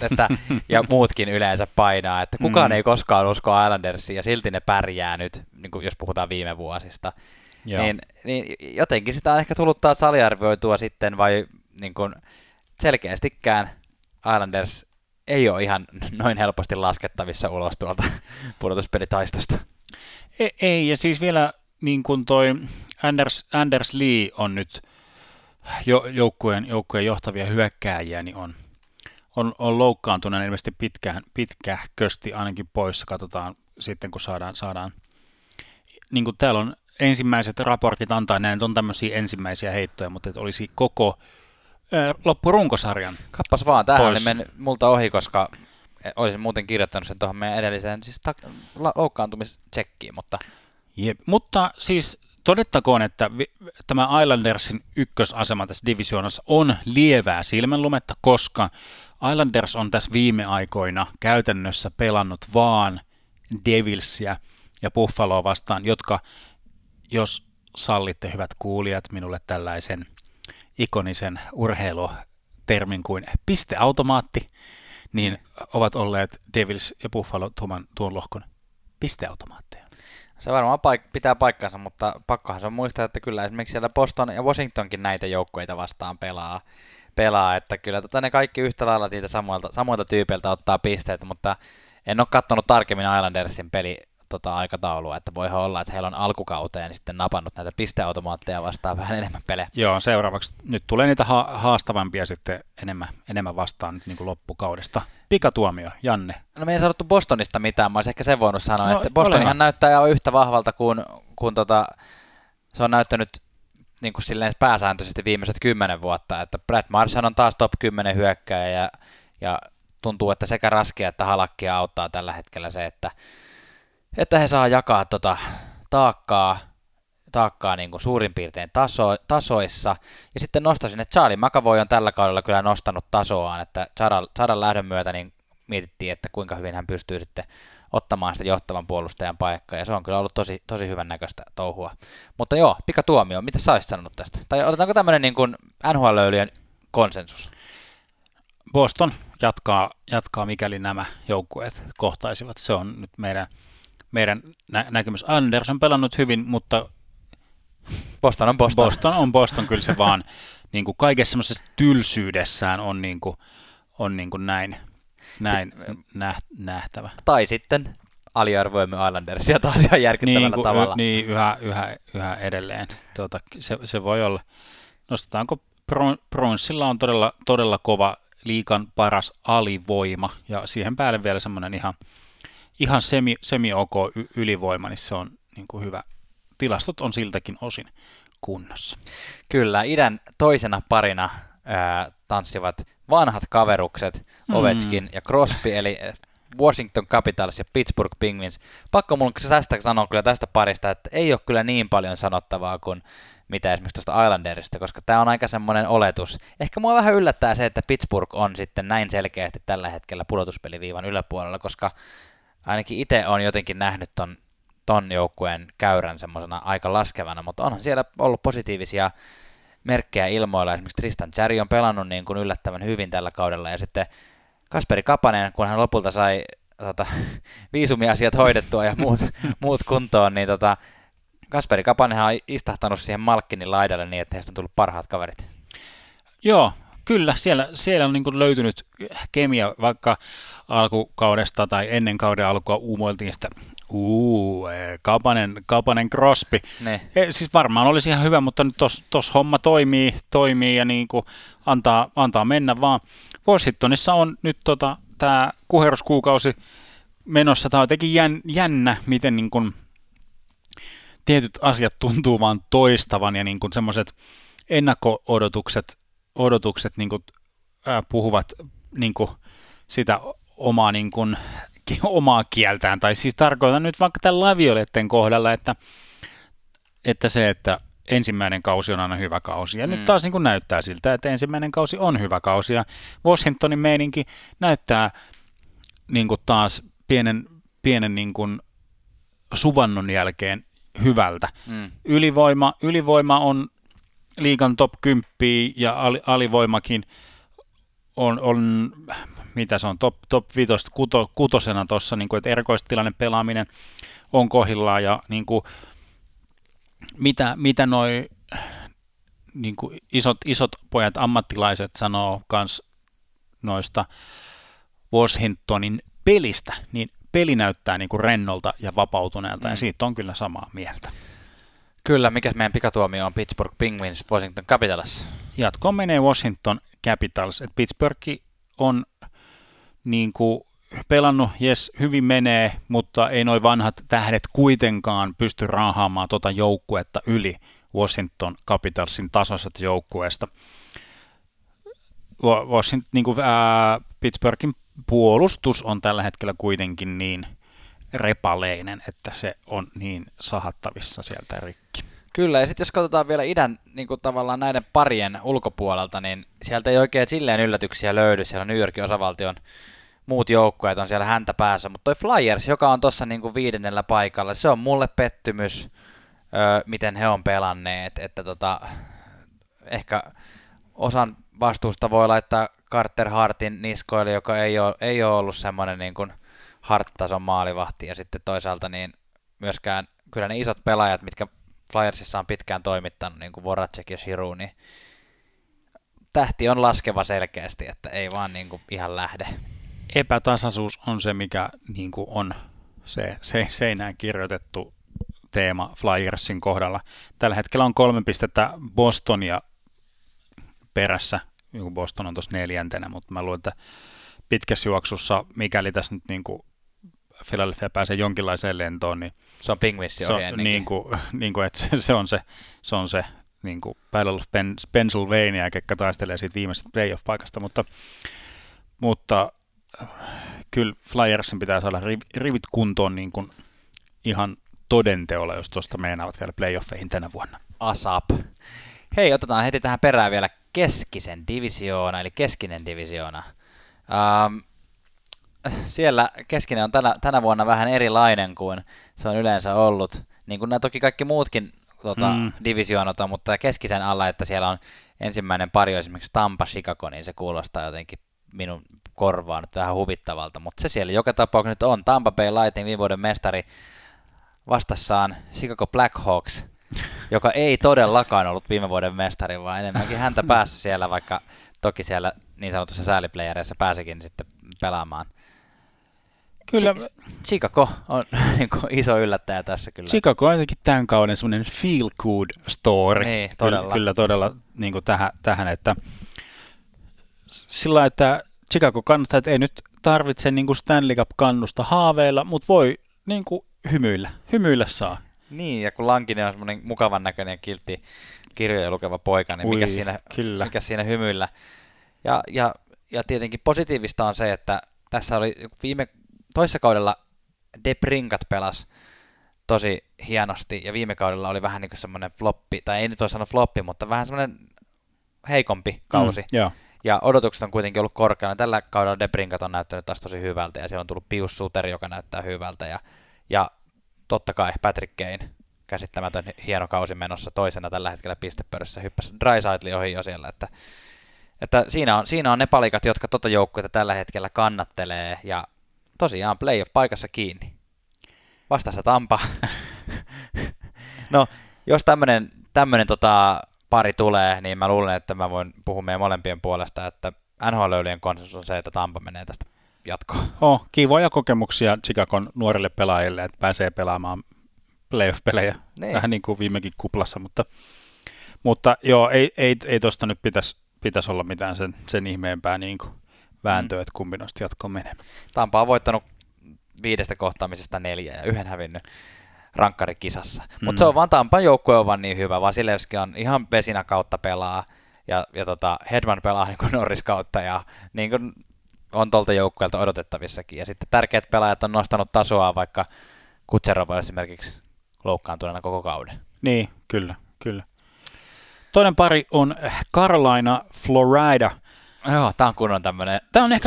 ja muutkin yleensä painaa, että kukaan ei koskaan usko Islandersia ja silti ne pärjää nyt, niin kuin jos puhutaan viime vuosista. Niin jotenkin sitä on ehkä tullut taas aliarvioitua sitten, vai niin kuin selkeästikään Islanders ei ole ihan noin helposti laskettavissa ulos tuolta pudotuspelitaistosta. Ei, ja siis vielä niin kuin toi Anders Lee on nyt joukkueen johtavia hyökkääjiä, niin on loukkaantuneen ilmeisesti pitkähkösti ainakin poissa. Katsotaan sitten, kun saadaan niin kuin täällä on ensimmäiset raportit antaa, näin on tämmöisiä ensimmäisiä heittoja, mutta että olisi koko loppurunkosarjan. Kappas vaan, tämähän oli mennyt multa ohi, koska olisin muuten kirjoittanut sen tuohon meidän edelliseen siis loukkaantumistsekkiin, mutta... Jep. Mutta siis todettakoon, että tämä Islandersin ykkösasema tässä divisioonassa on lievää silmänlumetta, koska Islanders on tässä viime aikoina käytännössä pelannut vaan Devilsia ja Buffaloa vastaan, jotka, jos sallitte hyvät kuulijat, minulle tällaisen ikonisen urheilutermin kuin pisteautomaatti, niin ovat olleet Devils ja Buffalo tuon lohkon pisteautomaatteja. Se varmaan pitää paikkansa, mutta pakkohan se on muistaa, että kyllä esimerkiksi siellä Boston ja Washingtonkin näitä joukkueita vastaan pelaa, että kyllä ne kaikki yhtä lailla niitä samoilta tyypeiltä ottaa pisteitä, mutta en ole katsonut tarkemmin Islandersin aikataulua, että voihan olla, että heillä on alkukauteen sitten napannut näitä pisteautomaatteja vastaan vähän enemmän pelejä. Joo, seuraavaksi nyt tulee niitä haastavampia sitten enemmän vastaan nyt niin kuin loppukaudesta. Pikatuomio, Janne. No me ei sanottu Bostonista mitään, mä olisin ehkä sen voinut sanoa, että Bostonihan näyttää jo yhtä vahvalta kuin se on näyttänyt niin kuin silleen pääsääntöisesti viimeiset 10 vuotta, että Brad Marchand on taas top 10 hyökkääjä ja tuntuu, että sekä Raskia että Halakkia auttaa tällä hetkellä se, että he saa jakaa taakkaa niin kuin suurin piirtein tasoissa. Ja sitten nostaisin, että Charlie McAvoy on tällä kaudella kyllä nostanut tasoaan, että Charan lähdön myötä niin mietittiin, että kuinka hyvin hän pystyy sitten ottamaan sitä johtavan puolustajan paikkaa, ja se on kyllä ollut tosi hyvän näköistä touhua. Mutta joo, pikatuomio, mitä sä olisit sanonut tästä? Tai otetaanko tämmöinen niin kuin NHL-löylyjen konsensus? Boston jatkaa, mikäli nämä joukkueet kohtaisivat. Se on nyt meidän näkemys. Anders on pelannut hyvin, mutta Boston on Boston. Boston on Boston, kyllä se vaan niin kuin kaikessa semmoisessa tylsyydessään on näin nähtävä. Tai sitten aliarvoimme Islandersia taas ihan järkyttävällä tavalla. Niin, yhä edelleen. Se voi olla. Nostetaanko Bruinsilla on todella kova liigan paras alivoima, ja siihen päälle vielä semmoinen ihan semi-ok ylivoima, niin se on niin kuin hyvä. Tilastot on siltäkin osin kunnossa. Kyllä, idän toisena parina tanssivat vanhat kaverukset Ovechkin ja Crosby, eli Washington Capitals ja Pittsburgh Penguins. Pakko mun tästä sanoa kyllä tästä parista, että ei ole kyllä niin paljon sanottavaa kuin mitä esimerkiksi tuosta Islandersista, koska tämä on aika semmoinen oletus. Ehkä mua vähän yllättää se, että Pittsburgh on sitten näin selkeästi tällä hetkellä pudotuspeliviivan yläpuolella, koska ainakin itse on jotenkin nähnyt ton joukkueen käyrän semmoisena aika laskevana, mutta onhan siellä ollut positiivisia merkkejä ilmoilla. Esimerkiksi Tristan Cherry on pelannut niin kuin yllättävän hyvin tällä kaudella, ja sitten Kasperi Kapanen, kun hän lopulta sai viisumiasiat hoidettua ja muut kuntoon, niin Kasperi Kapanenhan on istahtanut siihen Malkkinin laidalle niin, että heistä on tullut parhaat kaverit. Joo, kyllä. Siellä on niin kuin löytynyt kemia, vaikka alkukaudesta tai ennen kauden alkua uumoiltiin sitä Kapanen Crosby. Siis varmaan olisi ihan hyvä, mutta nyt tos homma toimii ja niin kuin antaa mennä vaan. Washingtonissa on nyt tämä kuherruskuukausi menossa. Tämä on jotenkin jännä, miten niin kuin tietyt asiat tuntuu vaan toistavan ja niin kuin semmoiset ennakko-odotukset niin kuin, puhuvat niin kuin sitä omaa kieltään. Tai siis tarkoitan nyt vaikka tämän Lavioletten kohdalla, että ensimmäinen kausi on aina hyvä kausi. Ja nyt taas niin kuin näyttää siltä, että ensimmäinen kausi on hyvä kausi. Ja Washingtonin meininki näyttää niin kuin taas pienen niin kuin suvannon jälkeen hyvältä. Ylivoima on liigan top 10 ja alivoimakin on mitä se on, top 5, kutosena tuossa, niin että erikoistilanne pelaaminen on kohdillaan ja niin kuin, mitä noi niin kuin isot pojat ammattilaiset sanoo kans noista Washingtonin pelistä, niin peli näyttää niin kuin rennolta ja vapautuneelta ja siitä on kyllä samaa mieltä. Kyllä, mikäs meidän pikatuomio on Pittsburgh Penguins Washington Capitals? Jatkoon menee Washington Capitals, että Pittsburgh on niin kuin pelannut, hyvin menee, mutta ei noi vanhat tähdet kuitenkaan pysty raahaamaan joukkuetta yli Washington Capitalsin tasoisesta joukkueesta. Niin kuin, Pittsburghin puolustus on tällä hetkellä kuitenkin niin repaleinen, että se on niin sahattavissa sieltä rikki. Kyllä, ja sitten jos katsotaan vielä idän niin kuin tavallaan näiden parien ulkopuolelta, niin sieltä ei oikein silleen yllätyksiä löydy. Siellä New Yorkin osavaltion muut joukkueet on siellä häntä päässä, mutta toi Flyers, joka on tuossa niin kuin 5. paikalla, se on mulle pettymys, miten he on pelanneet. Että ehkä osan vastuusta voi laittaa Carter Hartin niskoille, joka ei ole ollut semmoinen niin kuin Hart-tason maalivahti, ja sitten toisaalta niin myöskään kyllä ne isot pelaajat, mitkä Flyersissa on pitkään toimittanut, niin kuin Voracek ja Giroux, niin tähti on laskeva selkeästi, että ei vaan niin kuin ihan lähde. Epätasaisuus on se, mikä niin kuin on se seinään kirjoitettu teema Flyersin kohdalla. Tällä hetkellä on 3 pistettä Bostonia perässä, Boston on tuossa 4, mutta mä luulen, että pitkässä juoksussa, mikäli tässä nyt niin kuin Philadelphia pääsee jonkinlaiseen lentoon, niin se on Penguinsin ohi ennenkin. Että se on se niin kuin Battle of Pennsylvania, kekka taistelee siitä viimeisestä playoff-paikasta, mutta kyllä Flyersin pitää saada rivit kuntoon niin kuin ihan todenteolla, jos tuosta meinaavat vielä playoffeihin tänä vuonna. ASAP. Hei, otetaan heti tähän perään vielä keskisen divisioona, eli keskinen divisioona. Siellä keskinen on tänä vuonna vähän erilainen kuin se on yleensä ollut, niin kuin nämä toki kaikki muutkin divisioonata, mutta keskisen alla, että siellä on ensimmäinen pari esimerkiksi Tampa Chicago, niin se kuulostaa jotenkin minun korvaan nyt vähän huvittavalta, mutta se siellä joka tapauksessa nyt on. Tampa Bay Lightning, viime vuoden mestari, vastassaan Chicago Blackhawks, joka ei todellakaan ollut viime vuoden mestari, vaan enemmänkin häntä päässä siellä, vaikka toki siellä niin sanotussa sääliplayereissa pääsikin sitten pelaamaan. Kyllä. Chicago on niin kuin iso yllättäjä tässä kyllä. Chicago on jotenkin tämän kauden semmoinen feel good story. Niin, todella. Kyllä todella niin kuin tähän, että sillä että Chicago kannattaa, että ei nyt tarvitse niin kuin Stanley Cup-kannusta haaveilla, mutta voi niin kuin hymyillä saa. Niin, ja kun Lankinen on semmoinen mukavan näköinen ja kiltti kirjoja lukeva poika, niin mikä siinä hymyillä. Ja tietenkin positiivista on se, että tässä oli toissa kaudella DeBrincat pelasi tosi hienosti, ja viime kaudella oli vähän niin kuin semmoinen floppi, tai ei nyt ole sanonut floppi, mutta vähän semmoinen heikompi kausi. Ja odotukset on kuitenkin ollut korkeana. Tällä kaudella Debrinkat on näyttänyt taas tosi hyvältä, ja siellä on tullut Pius Suter, joka näyttää hyvältä, ja totta kai Patrick Kane, käsittämätön hieno kausi menossa toisena tällä hetkellä pistepörssissä, hyppäsi Draisaitl ohi jo siellä, että siinä on ne palikat, jotka tota joukkuetta tällä hetkellä kannattelee, ja tosiaan playoff-paikassa kiinni. Vastassa Tampa. No, jos tämmönen pari tulee, niin mä luulen, että mä voin puhua meidän molempien puolesta, että NHL-löylien konsensus on se, että Tampa menee tästä jatkoon. Kivoja kokemuksia Chicagon nuorille pelaajille, että pääsee pelaamaan playoff-pelejä, vähän niin kuin viimekin kuplassa, mutta joo, ei tosta nyt pitäisi olla mitään sen ihmeempää niin kuin vääntöä, että kumpi noista jatkoon menee. Tampa on voittanut 5 kohtaamisesta 4 ja 1 hävinnyt rankkarikisassa. Mutta se on vaan Tampan joukkue on vaan niin hyvä. Vasilevski on ihan Vesinä kautta pelaa ja Hedman pelaa niin kuin Norris kautta ja niin kuin on tuolta joukkueelta odotettavissakin. Ja sitten tärkeät pelaajat on nostanut tasoa, vaikka Kutserov esimerkiksi loukkaantuneena koko kauden. Niin, kyllä. Toinen pari on Carolina, Florida. Joo, tää on kunnon tämmönen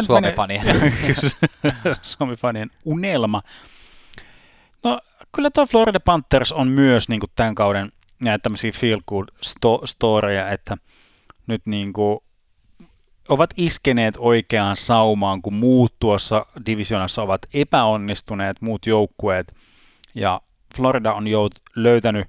Suomi-fanien unelma. No, kyllä tuo Florida Panthers on myös niin kuin tämän kauden näitä tämmöisiä feel-good-storeja, että nyt niin kuin ovat iskeneet oikeaan saumaan, kun muut tuossa divisionassa ovat epäonnistuneet, muut joukkueet, ja Florida on löytänyt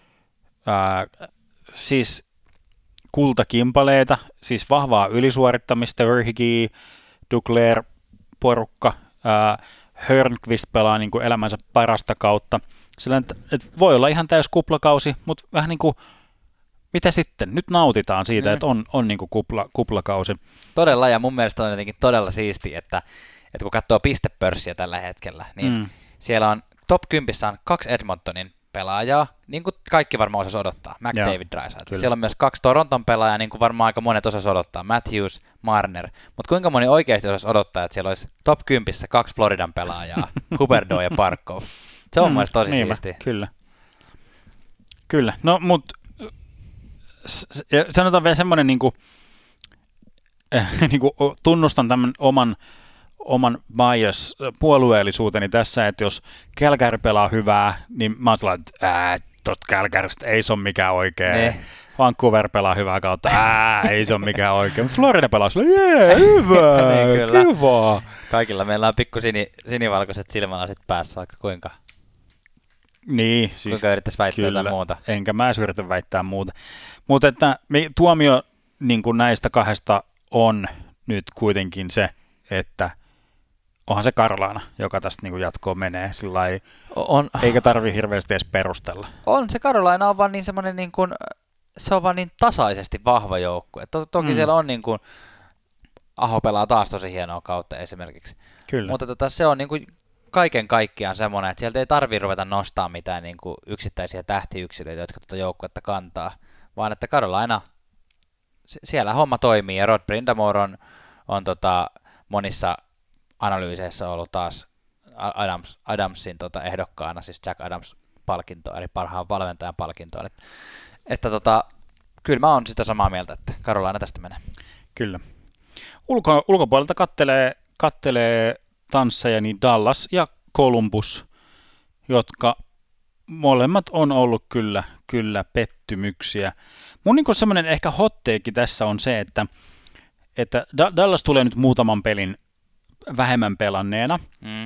siis kultakimpaleita, siis vahvaa ylisuorittamista, Verhigi, Duclair, porukka, Hörnqvist pelaa niin kuin elämänsä parasta kautta. Sillä että voi olla ihan täys kuplakausi, mutta vähän niin kuin, mitä sitten? Nyt nautitaan siitä, että on niin kuin kuplakausi. Todella, ja mun mielestä on jotenkin todella siisti, että kun katsoo pistepörssiä tällä hetkellä, niin siellä on top 10 on 2 Edmontonin pelaajaa, niin kuin kaikki varmaan osasi odottaa, McDavid, Draisaitl. Siellä on myös 2 Toronton pelaajaa, niin kuin varmaan aika monet osasi odottaa, Matthews, Marner. Mutta kuinka moni oikeasti osasi odottaa, että siellä olisi top 10 2 Floridan pelaajaa, Huberdeau ja Barkov. Se on mielestäni tosi siistiä. Kyllä. No, mutta sanotaan vielä semmoinen, niin kuin tunnustan tämän oman bias-puolueellisuuteni tässä, että jos Calgary pelaa hyvää, niin mä oon sellainen, että tosta Calgarysta ei se ole mikään oikein. Ne. Vancouver pelaa hyvää kautta, ei se ole mikään oikein. Florida pelaa sellainen, hyvä, niin, kiva. Kaikilla meillä on pikku sinivalkoiset silmälasit päässä, vaikka kuinka. Niin, siis kuinka yrittäisi väittää jotain muuta. Enkä mä yritä väittää muuta. Mutta että tuomio niin kuin näistä kahdesta on nyt kuitenkin se, että onhan se Carolina, joka tästä niin kuin jatkoon menee, eikä tarvitse hirveästi edes perustella. On, se Carolina on vaan niin semmoinen, niin kuin, se on vaan niin tasaisesti vahva joukkue. Toki siellä on niin kuin, Aho pelaa taas tosi hienoa kautta esimerkiksi. Kyllä. Mutta se on niin kuin kaiken kaikkiaan semmoinen, että sieltä ei tarvitse ruveta nostaa mitään niin kuin yksittäisiä tähtiyksilöitä, jotka tuota joukkuetta kantaa, vaan että Carolina, siellä homma toimii, ja Rod Brindamore on monissa analyyseissä ollut taas Adamsin ehdokkaana, siis Jack Adams-palkintoa, eli parhaan valmentajan palkintoa. Että kyllä mä oon sitä samaa mieltä, että Carolina tästä menee. Kyllä. Ulkopuolelta kattelee tansseja niin Dallas ja Columbus, jotka molemmat on ollut kyllä pettymyksiä. Mun niin semmoinen ehkä hotteekki tässä on se, että Dallas tulee nyt muutaman pelin vähemmän pelanneena,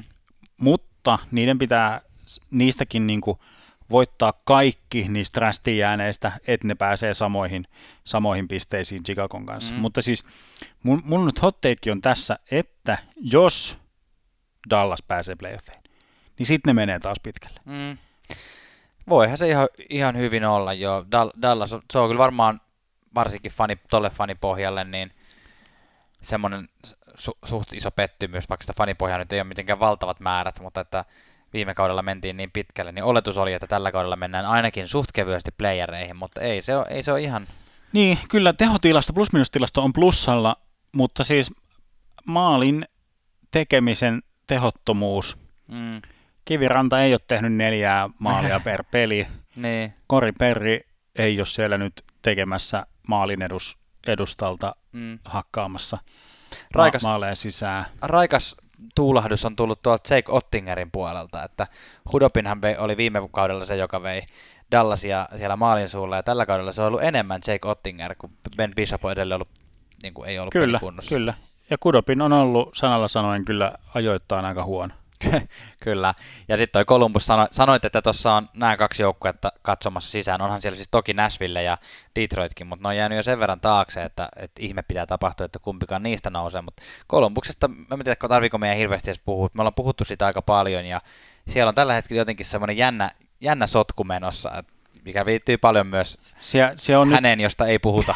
mutta niiden pitää niistäkin niin kuin voittaa kaikki niistä rästiin jääneistä, että ne pääsee samoihin pisteisiin Chicagon kanssa. Mutta siis mun nyt hotteekki on tässä, että jos Dallas pääsee playoffeihin, niin sitten ne menee taas pitkälle. Voihan se ihan hyvin olla jo. Dallas, se on kyllä varmaan varsinkin tolle fanipohjalle niin semmoinen suht iso pettymys, vaikka sitä fanipohjaa nyt ei ole mitenkään valtavat määrät, mutta että viime kaudella mentiin niin pitkälle, niin oletus oli, että tällä kaudella mennään ainakin suht kevyesti playereihin, mutta ei se ole ihan. Niin, kyllä tehotilasto, plus-minus-tilasto on plussalla, mutta siis maalin tekemisen tehottomuus Kiviranta ei ole tehnyt 4 maalia per peli. Niin. Kori Perri ei ole siellä nyt tekemässä maalin edustalta hakkaamassa maaleja sisään. Raikas tuulahdus on tullut tuolta Jake Ottingerin puolelta, että Hudopinhan oli viime kaudella se, joka vei Dallasia siellä maalin suulla, ja tällä kaudella se on ollut enemmän Jake Ottinger, kun Ben Bishop on edelleen ollut, niin kuin ei ollut pelikunnossa. Kyllä. Ja Hudopin on ollut sanalla sanoen kyllä ajoittain aika huono. Kyllä. Ja sitten toi Columbus sanoit, että tuossa on nämä 2 joukkuetta katsomassa sisään. Onhan siellä siis toki Nashville ja Detroitkin, mutta ne on jäänyt jo sen verran taakse, että ihme pitää tapahtua, että kumpikaan niistä nousee. Mutta Columbuksesta, mä en tiedä, tarviiko meidän hirveästi edes puhua. Me ollaan puhuttu siitä aika paljon, ja siellä on tällä hetkellä jotenkin semmoinen jännä sotku menossa, mikä liittyy paljon myös on häneen, josta ei puhuta,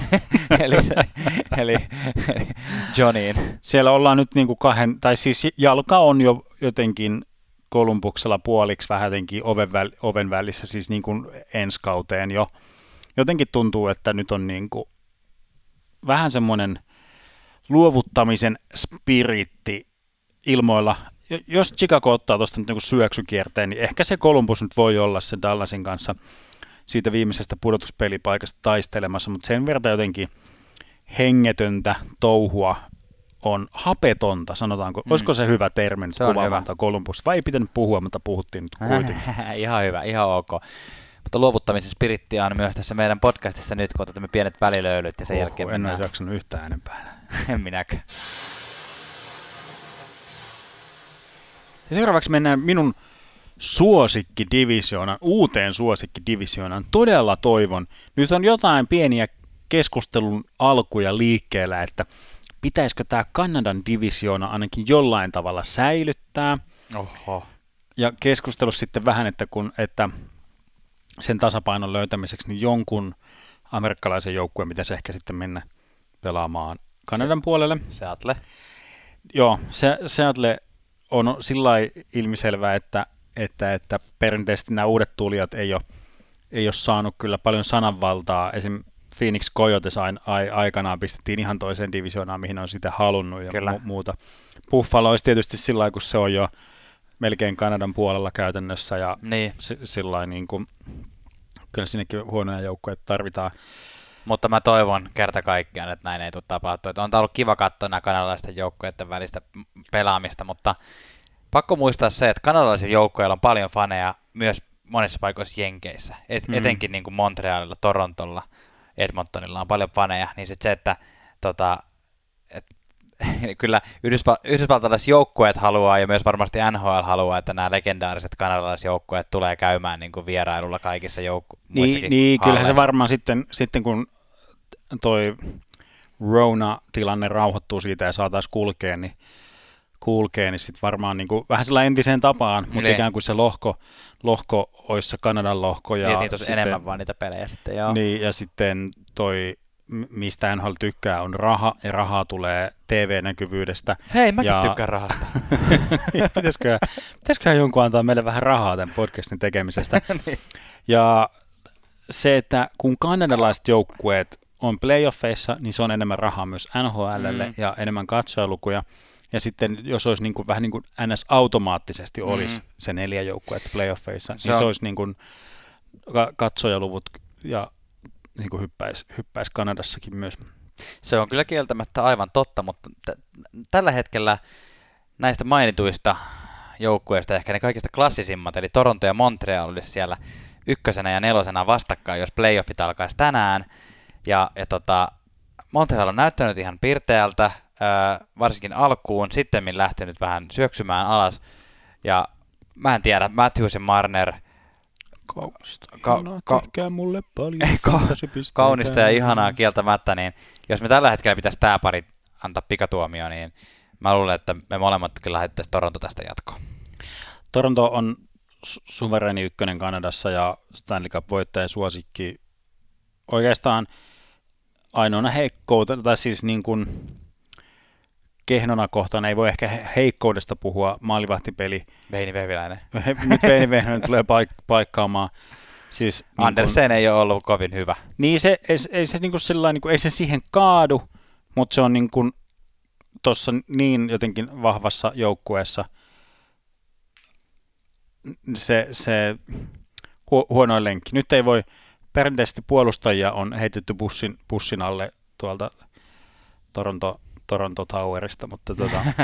eli Johnnyin. Siellä ollaan nyt niin kuin siis jalka on jo jotenkin Columbuksella puoliksi vähän jotenkin oven välissä, siis niin kuin ensi kauteen jo. Jotenkin tuntuu, että nyt on niin kuin vähän semmoinen luovuttamisen spiritti ilmoilla. Jos Chicago ottaa tuosta nyt niin syöksykierteen, niin ehkä se Columbus nyt voi olla se Dallasin kanssa siitä viimeisestä pudotuspelipaikasta taistelemassa, mutta sen verran jotenkin hengetöntä touhua on hapetonta, sanotaanko. Olisiko se hyvä termi nyt kuvaamaan Columbus? Vai ei pitänyt puhua, mutta puhuttiin nyt kuitenkin. Ihan hyvä, ihan ok. Mutta luovuttamisen spirittiä on myös tässä meidän podcastissa nyt, kun otamme pienet välilöylyt ja sen jälkeen en ole jaksanut yhtään enempää. En minäkään. Ja seuraavaksi mennään minun uuteen suosikkidivisioonaan. Todella toivon. Nyt on jotain pieniä keskustelun alkuja liikkeellä, että pitäisikö tämä Kanadan divisioona ainakin jollain tavalla säilyttää. Oho. Ja keskustelu sitten vähän, että sen tasapainon löytämiseksi niin jonkun amerikkalaisen joukkueen pitäisi ehkä sitten mennä pelaamaan Kanadan puolelle. Seattle. Joo, Seattle on sillä lailla ilmiselvää, että perinteisesti nämä uudet tulijat ei ole saanut kyllä paljon sananvaltaa. Esim. Phoenix Coyotes aikanaan pistettiin ihan toiseen divisioonaan, mihin on sitä halunnut ja muuta. Buffalo olisi tietysti sillä lailla, kun se on jo melkein Kanadan puolella käytännössä ja niin. Sillä lailla niin kuin, kyllä sinnekin huonoja joukkoja tarvitaan. Mutta mä toivon kerta kaikkiaan, että näin ei tule tapahtua. On ollut kiva katsoa nämä kanadalaisten joukkueiden välistä pelaamista, mutta pakko muistaa se, että kanadalaisilla joukkueilla on paljon faneja myös monissa paikoissa Jenkeissä. Etenkin niin kuin Montrealilla, Torontolla, Edmontonilla on paljon faneja. Niin sit se, että kyllä yhdysvaltalaiset joukkueet haluaa ja myös varmasti NHL haluaa, että nämä legendaariset kanadalaiset joukkueet tulee käymään niin kuin vierailulla kaikissa Niin, kyllähän se varmaan sitten kun toi Rona-tilanne rauhoittuu siitä ja saataisiin kulkea, niin sitten varmaan niin kuin, vähän sellainen entiseen tapaan, mutta ikään kuin se lohko olisi se Kanadan lohko. Ja niitä olisi enemmän vaan niitä pelejä sitten, joo. Niin, ja sitten toi, mistä NHL tykkää, on raha, ja rahaa tulee TV-näkyvyydestä. Hei, mäkin tykkään rahasta. Pitäisiköhän jonkun antaa meille vähän rahaa tämän podcastin tekemisestä. Niin. Ja se, että kun kanadalaiset joukkueet on playoffeissa, niin se on enemmän rahaa myös NHLlle ja enemmän katsojalukuja. Ja sitten jos olisi niin kuin, vähän niin kuin NS automaattisesti olisi se 4 joukkuetta playoffeissa, niin se olisi niin kuin katsojaluvut ja niin kuin hyppäisi Kanadassakin myös. Se on kyllä kieltämättä aivan totta, mutta tällä hetkellä näistä mainituista joukkueista ehkä ne kaikista klassisimmat, eli Toronto ja Montreal olisi siellä 1. ja 4. vastakkain, jos playoffit alkaisi tänään. Ja Montreal on näyttänyt ihan pirteältä, varsinkin alkuun, sittemmin lähtenyt vähän syöksymään alas. Ja mä en tiedä, Matthews ja Marner, mulle paljon kaunista ja ihanaa kieltämättä, niin jos me tällä hetkellä pitäisi tämä pari antaa pikatuomio, niin mä luulen, että me molemmat kyllä lähettäisiin Toronto tästä jatkoon. Toronto on suvereeni ykkönen Kanadassa ja Stanley Cup-voittaja suosikki oikeastaan ainoana heikkoutena, tai siis niin kuin kehnona kohtaan ei voi ehkä heikkoudesta puhua, maalivahtipeli. Veini Vehviläinen. Nyt Veini Vehviläinen tulee paikkaamaan. Siis, Andersen niin ei ole ollut kovin hyvä. Niin ei se niin kuin sellainen, niin kuin, ei se siihen kaadu, mutta se on niin kuin tuossa niin jotenkin vahvassa joukkueessa se huonoin lenkki. Nyt ei voi, perinteisesti puolustajia on heitetty bussin alle tuolta Toronto Towerista, mutta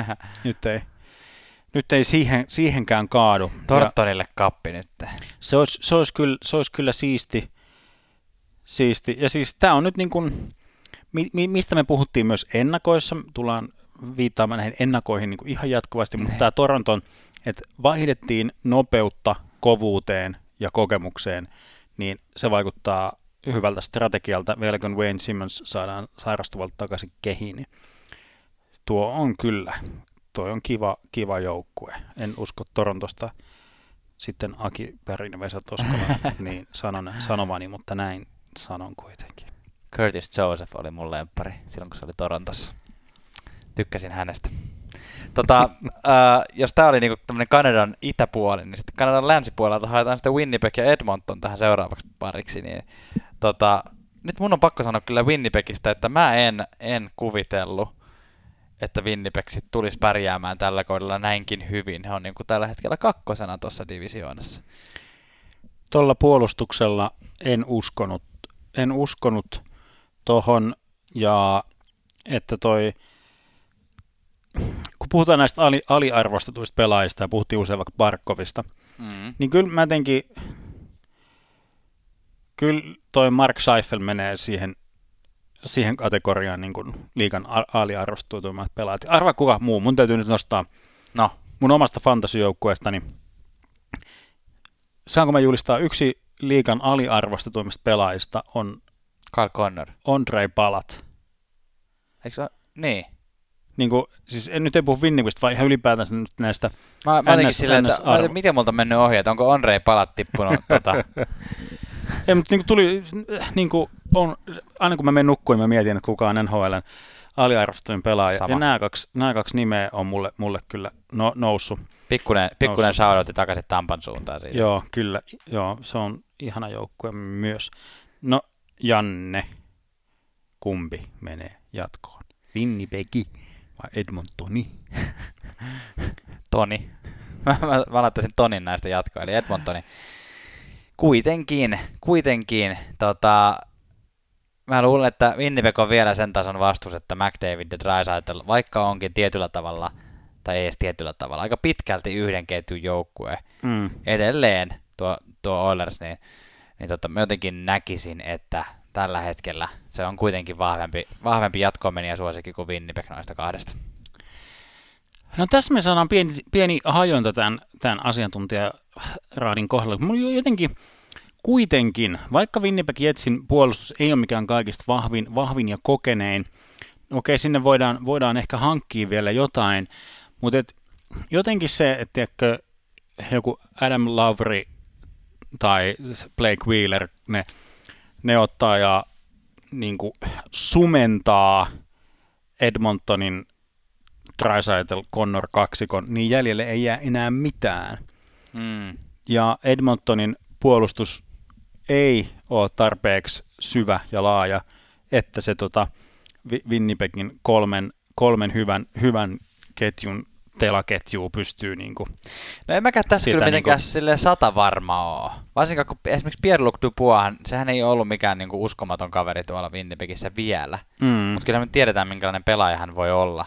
nyt ei siihenkään kaadu. Tortonille kappi nyt. Se olisi kyllä siisti. Ja siis tämä on nyt niin kuin, mistä me puhuttiin myös ennakoissa, tullaan viittaamaan näihin ennakoihin niin kuin ihan jatkuvasti, mutta tämä Toronton, että vaihdettiin nopeutta kovuuteen ja kokemukseen, niin se vaikuttaa hyvältä strategialta. Vielä kun Wayne Simmons saadaan sairastuvalta takaisin kehiin, niin tuo on kiva joukkue. En usko Torontosta sitten Aki Pärin ja Vesa Toskola niin sanomani, mutta näin sanon kuitenkin. Curtis Joseph oli mun lemppari silloin, kun se oli Torontossa. Tykkäsin hänestä. Jos tää oli niinku tämmönen Kanadan itäpuoli, niin sitten Kanadan länsipuolelta haetaan sitten Winnipeg ja Edmonton tähän seuraavaksi pariksi. Niin, nyt mun on pakko sanoa kyllä Winnipegistä, että mä en kuvitellut, että Winnipeg sit tulisi pärjäämään tällä kaudella näinkin hyvin. He on niinku tällä hetkellä kakkosena tuossa divisioonassa. Tuolla puolustuksella en uskonut tohon, ja että kun puhutaan näistä aliarvostetuista pelaajista ja puhuttiin usein vaikka Barkovista, niin kyllä mä jotenkin, kyllä toi Mark Scheifele menee siihen kategoriaan niin kuin liigan aliarvostetuimmat pelaajat. Arvaa kuka muu, mun täytyy nyt nostaa mun omasta fantasy-joukkueestani. Saanko mä julistaa, yksi liigan aliarvostetuimmista pelaajista on Kyle Connor. Ondrej Palat. Eikö se ole? Niin. Niin kuin, siis en nyt ei puhu Winnipegistä, vaan ihan ylipäätänsä nyt näistä Mä jotenkin silleen, että miten multa on mennyt ohi, että onko Ondrej Palat tippunut Ei, mutta niin kuin tuli, niin kuin aina kun mä menen nukkuun, niin mä mietin, että kuka on NHL:n aliarvostetuin pelaaja. Sama. Ja nämä kaksi nimeä on mulle kyllä noussut. Pikkuinen shoutoutti takaisin Tampan suuntaan siitä. Joo, kyllä. Joo, se on ihana joukkue myös. No, Janne, kumpi menee jatkoon? Winnipegi vai Edmontoni? Toni. Mä laittaisin Tonin näistä jatkoa, eli Edmontoni. Kuitenkin, mä luulen, että Winnipeg on vielä sen tason vastus, että McDavid ja Draisaitl, vaikka onkin tietyllä tavalla, tai ei edes tietyllä tavalla, aika pitkälti yhden ketjun joukkue, edelleen tuo Oilers, niin mä jotenkin näkisin, että tällä hetkellä se on kuitenkin vahvempi jatkomenija suosikki kuin Winnipeg noista kahdesta. No tässä me saadaan pieni hajonta tämän asiantuntijaraadin kohdalla. Mulla jotenkin kuitenkin, vaikka Winnipeg Jetsin puolustus ei ole mikään kaikista vahvin ja kokenein, okei, sinne voidaan ehkä hankkia vielä jotain, mutta jotenkin se, että joku Adam Lowry tai Blake Wheeler, ne ottaa ja niin kuin sumentaa Edmontonin Draisaitl Connor kaksikon, niin jäljelle ei jää enää mitään. Ja Edmontonin puolustus ei ole tarpeeksi syvä ja laaja, että se Winnipegin kolmen hyvän ketjun telaketjua pystyy niinku. No en mäkään tässä kyllä mitenkään silleen 100 varma ole. Varsinkaan kun esimerkiksi Pierre-Luc Dubois, sehän ei ollut mikään niinku uskomaton kaveri tuolla Winnipegissä vielä. Mutta kyllä me tiedetään, minkälainen pelaaja hän voi olla.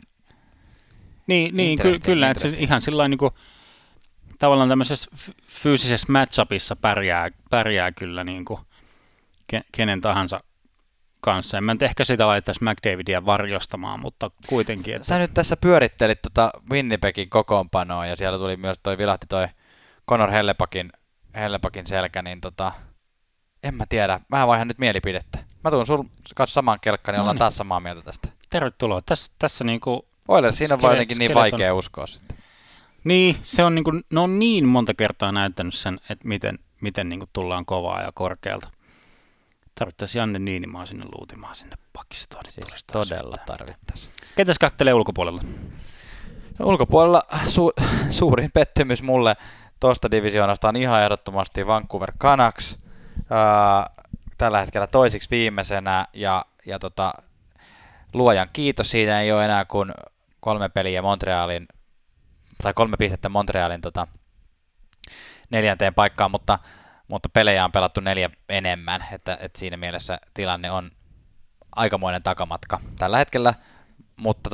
Niin kyllä, että se ihan sillain niinku tavallaan tämmöisessä fyysisessä matchupissa pärjää kyllä niinku kenen tahansa kanssa. En mä nyt ehkä sitä laittaisi McDavidia varjostamaan, mutta kuitenkin. Että sä nyt tässä pyörittelit Winnipegin kokoonpanoa ja siellä tuli myös vilahti toi Connor Hellepakin selkä, niin en mä tiedä. Mä vaihan nyt mielipidettä. Mä tuun sun kanssa samaan kelkkaan, niin ollaan taas samaa mieltä tästä. Tervetuloa. Tässä niinku Oilers, siinä on vaan jotenkin niin vaikea uskoa sitten. Niin, se on niinku, ne on niin monta kertaa näyttänyt sen, että miten niinku tullaan kovaa ja korkealta. Tarvittaisiin Janne Niinimaa sinne luutimaan sinne pakistoon. Siis todella tarvittaisiin. Ketäs kattelee ulkopuolella? No, ulkopuolella suurin pettymys mulle tuosta divisioonasta on ihan ehdottomasti Vancouver Canucks. Tällä hetkellä toisiksi viimeisenä ja luojan kiitos, siitä ei ole enää kuin 3 pistettä Montrealin 4. paikkaan, mutta pelejä on pelattu 4 enemmän, että siinä mielessä tilanne on aikamoinen takamatka tällä hetkellä, mutta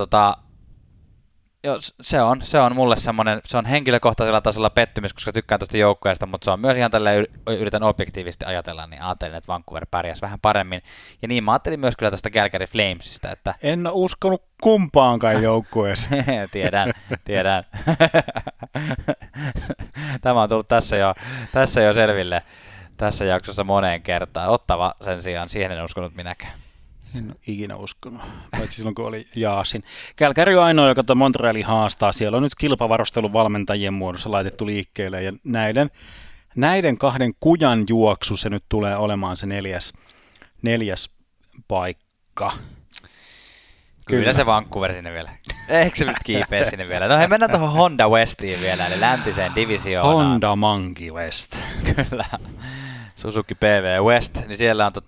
se on mulle semmoinen, se on henkilökohtaisella tasolla pettymys, koska tykkään tuosta joukkueesta, mutta se on myös ihan tälleen, yritän objektiivisesti ajatella, niin ajattelin, että Vancouver pärjäsi vähän paremmin. Ja niin mä ajattelin myös kyllä tuosta Calgary Flamesista, että... En ole uskonut kumpaankaan joukkueeseen. Tiedän. Tämä on tullut tässä jo selville tässä jaksossa moneen kertaan. Ottava sen sijaan, siihen en uskonut minäkään. En ole ikinä uskonut, paitsi silloin kun oli Jaasin. Calgary on ainoa, joka Montreali haastaa. Siellä on nyt kilpavarustelun valmentajien muodossa laitettu liikkeelle, ja näiden 2 kujan juoksu se nyt tulee olemaan se 4. paikka. Kyllä se Vancouver sinne vielä. Eikö se nyt kiipeä sinne vielä? No hei, mennään tuohon Honda Westiin vielä, eli läntiseen divisioonaan. Honda Monkey West. Kyllä. Suzuki PV West, niin siellä on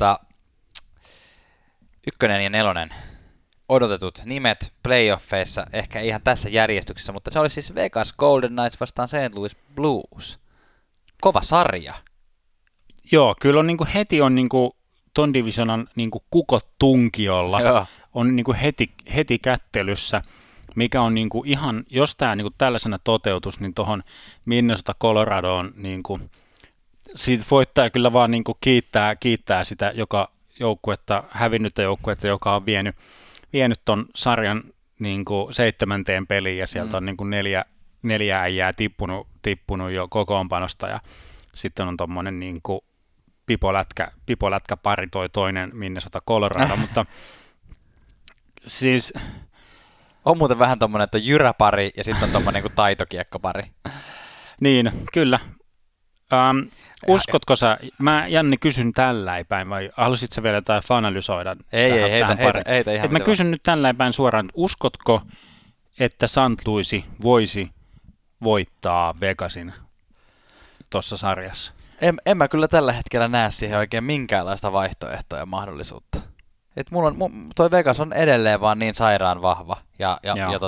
1. ja 4. odotetut nimet playoffeissa, ehkä ihan tässä järjestyksessä, mutta se oli siis Vegas Golden Knights vastaan St. Louis Blues. Kova sarja. Joo, kyllä on heti on ton divisionan kukot tunkiolla. Joo. On heti kättelyssä, mikä on ihan, jos tämä tällaisena toteutus, niin tuohon Minnesota Coloradoon, siitä voittaa kyllä vaan kiittää sitä hävinnyttä joukkuetta, joka on vienyt ton sarjan 7. peliin, ja sieltä on 4 äijää tippunut jo kokoonpanosta, ja sitten on tommonen pipolätkä pari toi toinen Minnesota Colorado, mutta siis... On muuten vähän tommonen, että on jyräpari ja sitten on tommonen taitokiekkopari. Niin, kyllä. Uskotko sä, mä Janne kysyn tälläpäin, vai halusit sä vielä jotain analysoida? Heitä ihan. Mä kysyn nyt tälläpäin suoraan, uskotko, että St. Louis voisi voittaa Vegasin tuossa sarjassa? En mä kyllä tällä hetkellä näe siihen oikein minkäänlaista vaihtoehtoa ja mahdollisuutta. Et toi Vegas on edelleen vaan niin sairaan vahva ja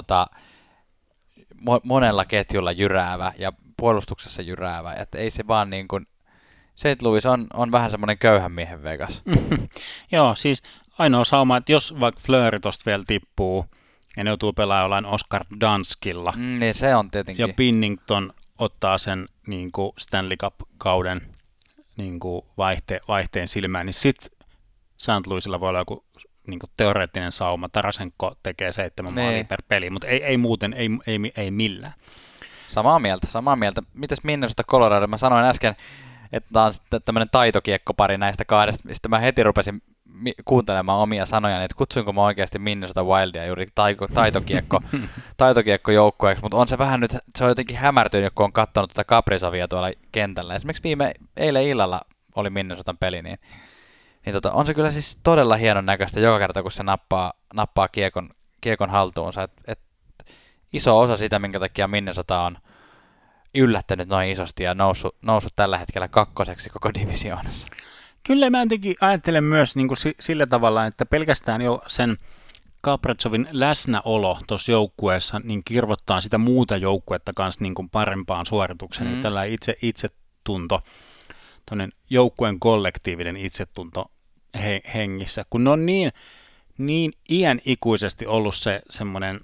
monella ketjulla jyräävä ja puolustuksessa jyräävä, että ei se vaan St. Louis on vähän semmoinen köyhän miehen Vegas. Joo, siis ainoa sauma, että jos vaikka Fleury tosta vielä tippuu ja ne joutuu pelaamaan jollain Oscar Danskilla, niin se on tietenkin. Ja Binnington ottaa sen Stanley Cup-kauden vaihteen silmään, niin sitten St. Louisilla voi olla joku teoreettinen sauma. Tarasenko tekee 7 maalia per peli, mutta ei muuten, ei millään. Samaa mieltä. Mites Minnesota Colorado? Mä sanoin äsken, että tämä on tämmöinen taitokiekkopari näistä 2. Sitten mä heti kuuntelemaan omia sanojani, että kutsuinko mä oikeasti Minnesota Wildia juuri taitokiekkojoukkueeksi, mutta on se vähän nyt, se on jotenkin hämärtynyt, kun on katsonut tätä Kaprizovia tuolla kentällä. Esimerkiksi eilen illalla oli Minnesotan peli, niin on se kyllä siis todella hienon näköistä joka kerta, kun se nappaa kiekon haltuunsa. Et iso osa sitä, minkä takia Minnesota on yllättänyt noin isosti ja noussut tällä hetkellä 2. koko divisioonassa. Kyllä mä jotenkin ajattelen myös sillä tavalla, että pelkästään jo sen Kaprizovin läsnäolo tuossa joukkueessa niin kirvottaa sitä muuta joukkuetta kanssa parempaan suoritukseen. Mm. Tällainen itsetunto, joukkueen kollektiivinen itsetunto hengissä, kun ne on niin iän ikuisesti ollut se semmoinen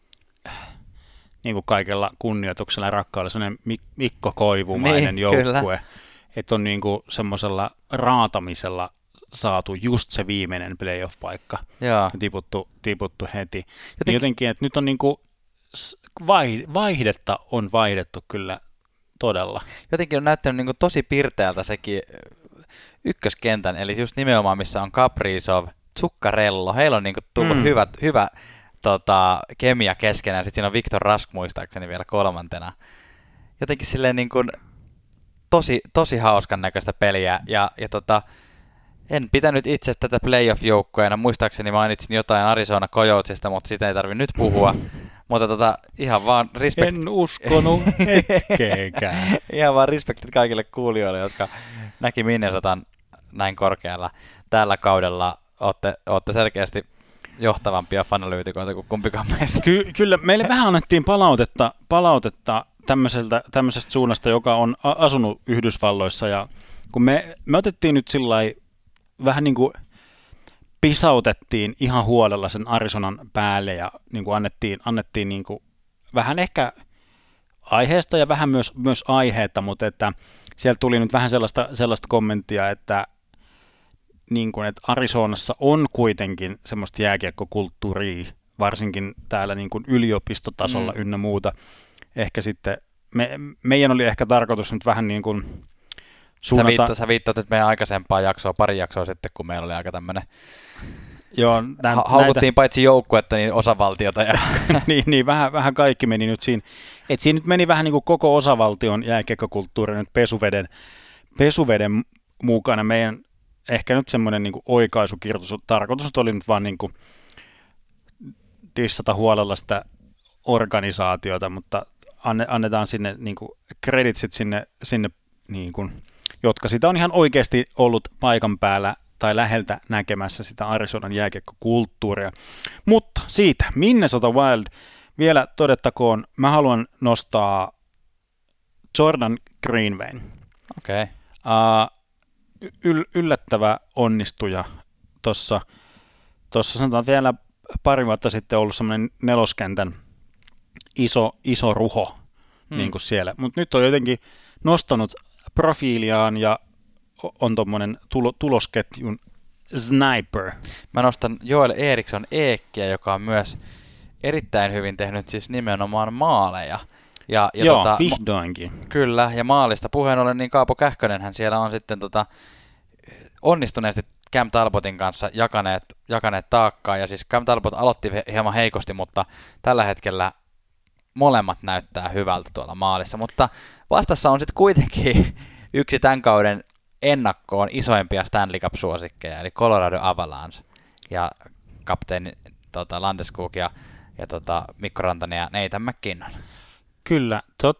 kaikella kunnioituksella ja rakkaudella semmoinen Mikko Koivumainen joukkue, että on semmoisella raatamisella saatu just se viimeinen playoff-paikka ja tiputtu heti. Jotenkin, että nyt on vaihdetta on vaihdettu kyllä todella. Jotenkin on näyttänyt tosi pirteältä sekin ykköskentän, eli just nimenomaan missä on Kaprizov, Zuccarello, heillä on tullut hyvä kemia keskenään, sitten siinä on Victor Rask muistaakseni vielä 3. Jotenkin silleen tosi hauskan näköistä peliä, ja en pitänyt itse tätä playoff-joukkueena, muistaakseni mainitsin jotain Arizona Coyotesista, mutta sitä ei tarvitse nyt puhua, mutta ihan vaan respekt. En uskonut hetkeäkään. Ihan vaan respektit kaikille kuulijoille, jotka näki Minnesotan näin korkealla tällä kaudella. Ootte selkeästi johtavampia fanalyytikoita kuin kumpikaan meistä. Kyllä, meille vähän annettiin palautetta tämmöisestä suunnasta, joka on asunut Yhdysvalloissa, ja kun me otettiin nyt sillai vähän niin kuin pisautettiin ihan huolella sen Arizonan päälle ja niin kuin annettiin niin kuin vähän ehkä aiheesta ja vähän myös aiheetta, mutta että sieltä tuli nyt vähän sellaista kommenttia, että, niin kuin, että Arizonassa on kuitenkin semmoista jääkiekkokulttuuria, varsinkin täällä niin kuin yliopistotasolla ynnä muuta. Ehkä sitten, meidän oli ehkä tarkoitus nyt vähän niin kuin suunnata. Sä viittaat nyt meidän aikaisempaa jaksoa, pari jaksoa sitten, kun meillä oli aika tämmöinen. Joo, haukuttiin paitsi joukkuetta, niin osavaltiota. Ja niin vähän kaikki meni nyt siinä. Et siinä nyt meni vähän niin kuin koko osavaltion jääkiekkokulttuuri nyt pesuveden mukana. Meidän ehkä nyt semmoinen niin kuin oikaisukirjoitus. Tarkoitus oli nyt vaan niin kuin dissata huolella sitä organisaatiota, mutta annetaan sinne niin kuin kreditsit sinne niin kuin, jotka sitä on ihan oikeasti ollut paikan päällä tai läheltä näkemässä sitä Arizonan jääkiekkokulttuuria. Mutta siitä Minnesota Wild vielä todettakoon, mä haluan nostaa Jordan Greenwayn. Okei. Yllättävä onnistuja tuossa sanotaan vielä pari vuotta sitten ollut semmoinen neloskentän iso ruho niin kuin siellä, mutta nyt on jotenkin nostanut profiiliaan ja on tuommoinen tulosketjun sniper. Mä nostan Joel Eriksson Eekkiä, joka on myös erittäin hyvin tehnyt siis nimenomaan maaleja. Joo, vihdoinkin. Kyllä, ja maalista puheen ollen, niin Kaapo Kähkönenhän siellä on sitten onnistuneesti Cam Talbotin kanssa jakaneet taakkaa, ja siis Cam Talbot aloitti hieman heikosti, mutta tällä hetkellä molemmat näyttää hyvältä tuolla maalissa, mutta vastassa on sitten kuitenkin yksi tämän kauden ennakkoon isoimpia Stanley Cup-suosikkeja, eli Colorado Avalanche, ja kapteeni Landeskog ja Mikko Rantanen ja Nathan MacKinnon. Kyllä.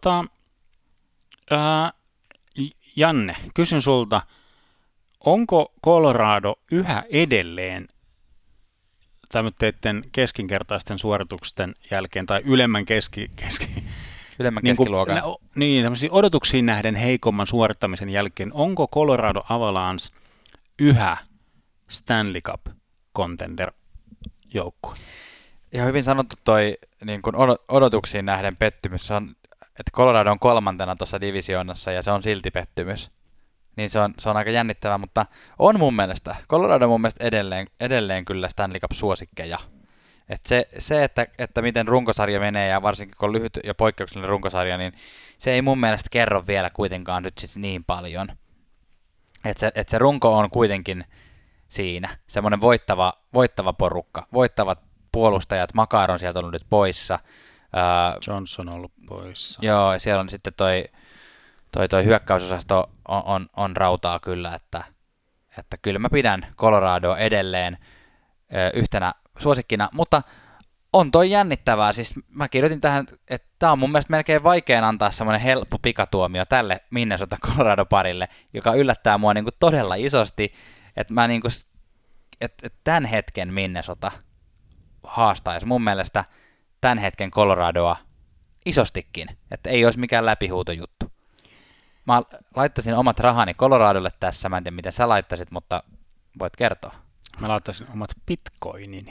Janne, kysyn sulta, onko Colorado yhä edelleen tämmöiden keskinkertaisten suoritusten jälkeen tai ylemmän keskiluokan. Niin, tämmöisiin odotuksiin nähden heikomman suorittamisen jälkeen, onko Colorado Avalanche yhä Stanley Cup contender joukkue? Ihan hyvin sanottu toi niin kun odotuksiin nähden pettymys. Se on, että Colorado on 3. tuossa divisioonassa ja se on silti pettymys. Niin se on aika jännittävää, mutta on mun mielestä, Colorado on mun mielestä edelleen kyllä Stanley Cup-suosikkeja. Että miten runkosarja menee, ja varsinkin kun on lyhyt ja poikkeuksellinen runkosarja, niin se ei mun mielestä kerro vielä kuitenkaan nyt siis niin paljon. Että se runko on kuitenkin siinä, semmoinen voittava porukka, voittavat puolustajat, Makar on sieltä ollut nyt poissa. Johnson on ollut poissa. Joo, ja siellä on sitten toi hyökkäysosasto on rautaa kyllä, että kyllä mä pidän Coloradoa edelleen yhtenä suosikkina, mutta on toi jännittävää, siis mä kirjoitin tähän, että tää on mun mielestä melkein vaikein antaa semmoinen helppo pikatuomio tälle Minnesota Colorado-parille, joka yllättää mua niinku todella isosti, että mä niinku, että tämän hetken Minnesota haastaisi mun mielestä tämän hetken Coloradoa isostikin, että ei olisi mikään läpihuutojuttu. Mä laittaisin omat rahani Coloradolle tässä, mä en tiedä miten sä laittaisit, mutta voit kertoa. Mä laittaisin omat bitcoinini.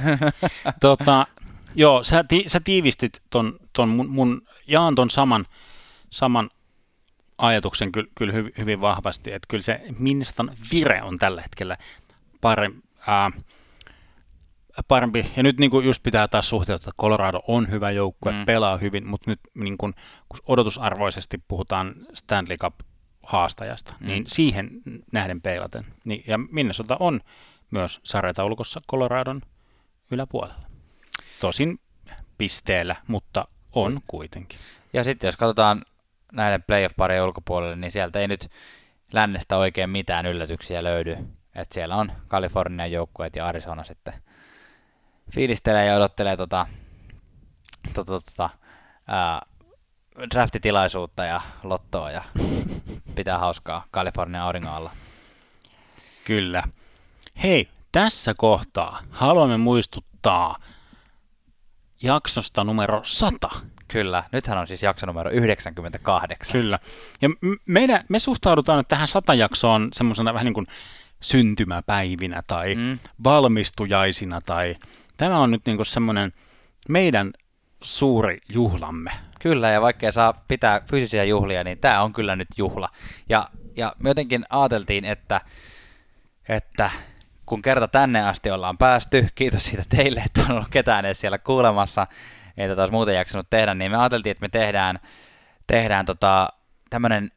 Joo, sä tiivistit jaan ton saman ajatuksen kyllä hyvin vahvasti, että kyllä se Minnesotan vire on tällä hetkellä parempi. Ja nyt niin kuin just pitää taas suhteuttaa, että Colorado on hyvä joukkue, pelaa hyvin, mutta nyt niin kuin, kun odotusarvoisesti puhutaan Stanley Cup-haastajasta, niin siihen nähden peilaten. Niin, ja Minnesota on myös sarjataulukossa Coloradon yläpuolella. Tosin pisteellä, mutta on kuitenkin. Ja sitten jos katsotaan näiden playoff-parien ulkopuolelle, niin sieltä ei nyt lännestä oikein mitään yllätyksiä löydy. Että siellä on Kalifornian joukkueet ja Arizona sitten fiilistelee ja odottelee draftitilaisuutta ja lottoa ja pitää hauskaa Kalifornian auringon alla. Kyllä. Hei, tässä kohtaa haluamme muistuttaa jaksosta numero 100. Kyllä, nythän on siis jakso numero 98. Kyllä. Ja me suhtaudutaan nyt tähän 100 jaksoon semmoisena vähän niin kuin syntymäpäivinä tai valmistujaisina tai tämä on nyt niin kuin semmoinen meidän suuri juhlamme. Kyllä, ja vaikka ei saa pitää fyysisiä juhlia, niin tämä on kyllä nyt juhla. Ja me jotenkin ajateltiin, että kun kerta tänne asti ollaan päästy, kiitos siitä teille, että on ollut ketään edes siellä kuulemassa, ei tätä olisi muuten jaksanut tehdä, niin me ajateltiin, että me tehdään tämmöinen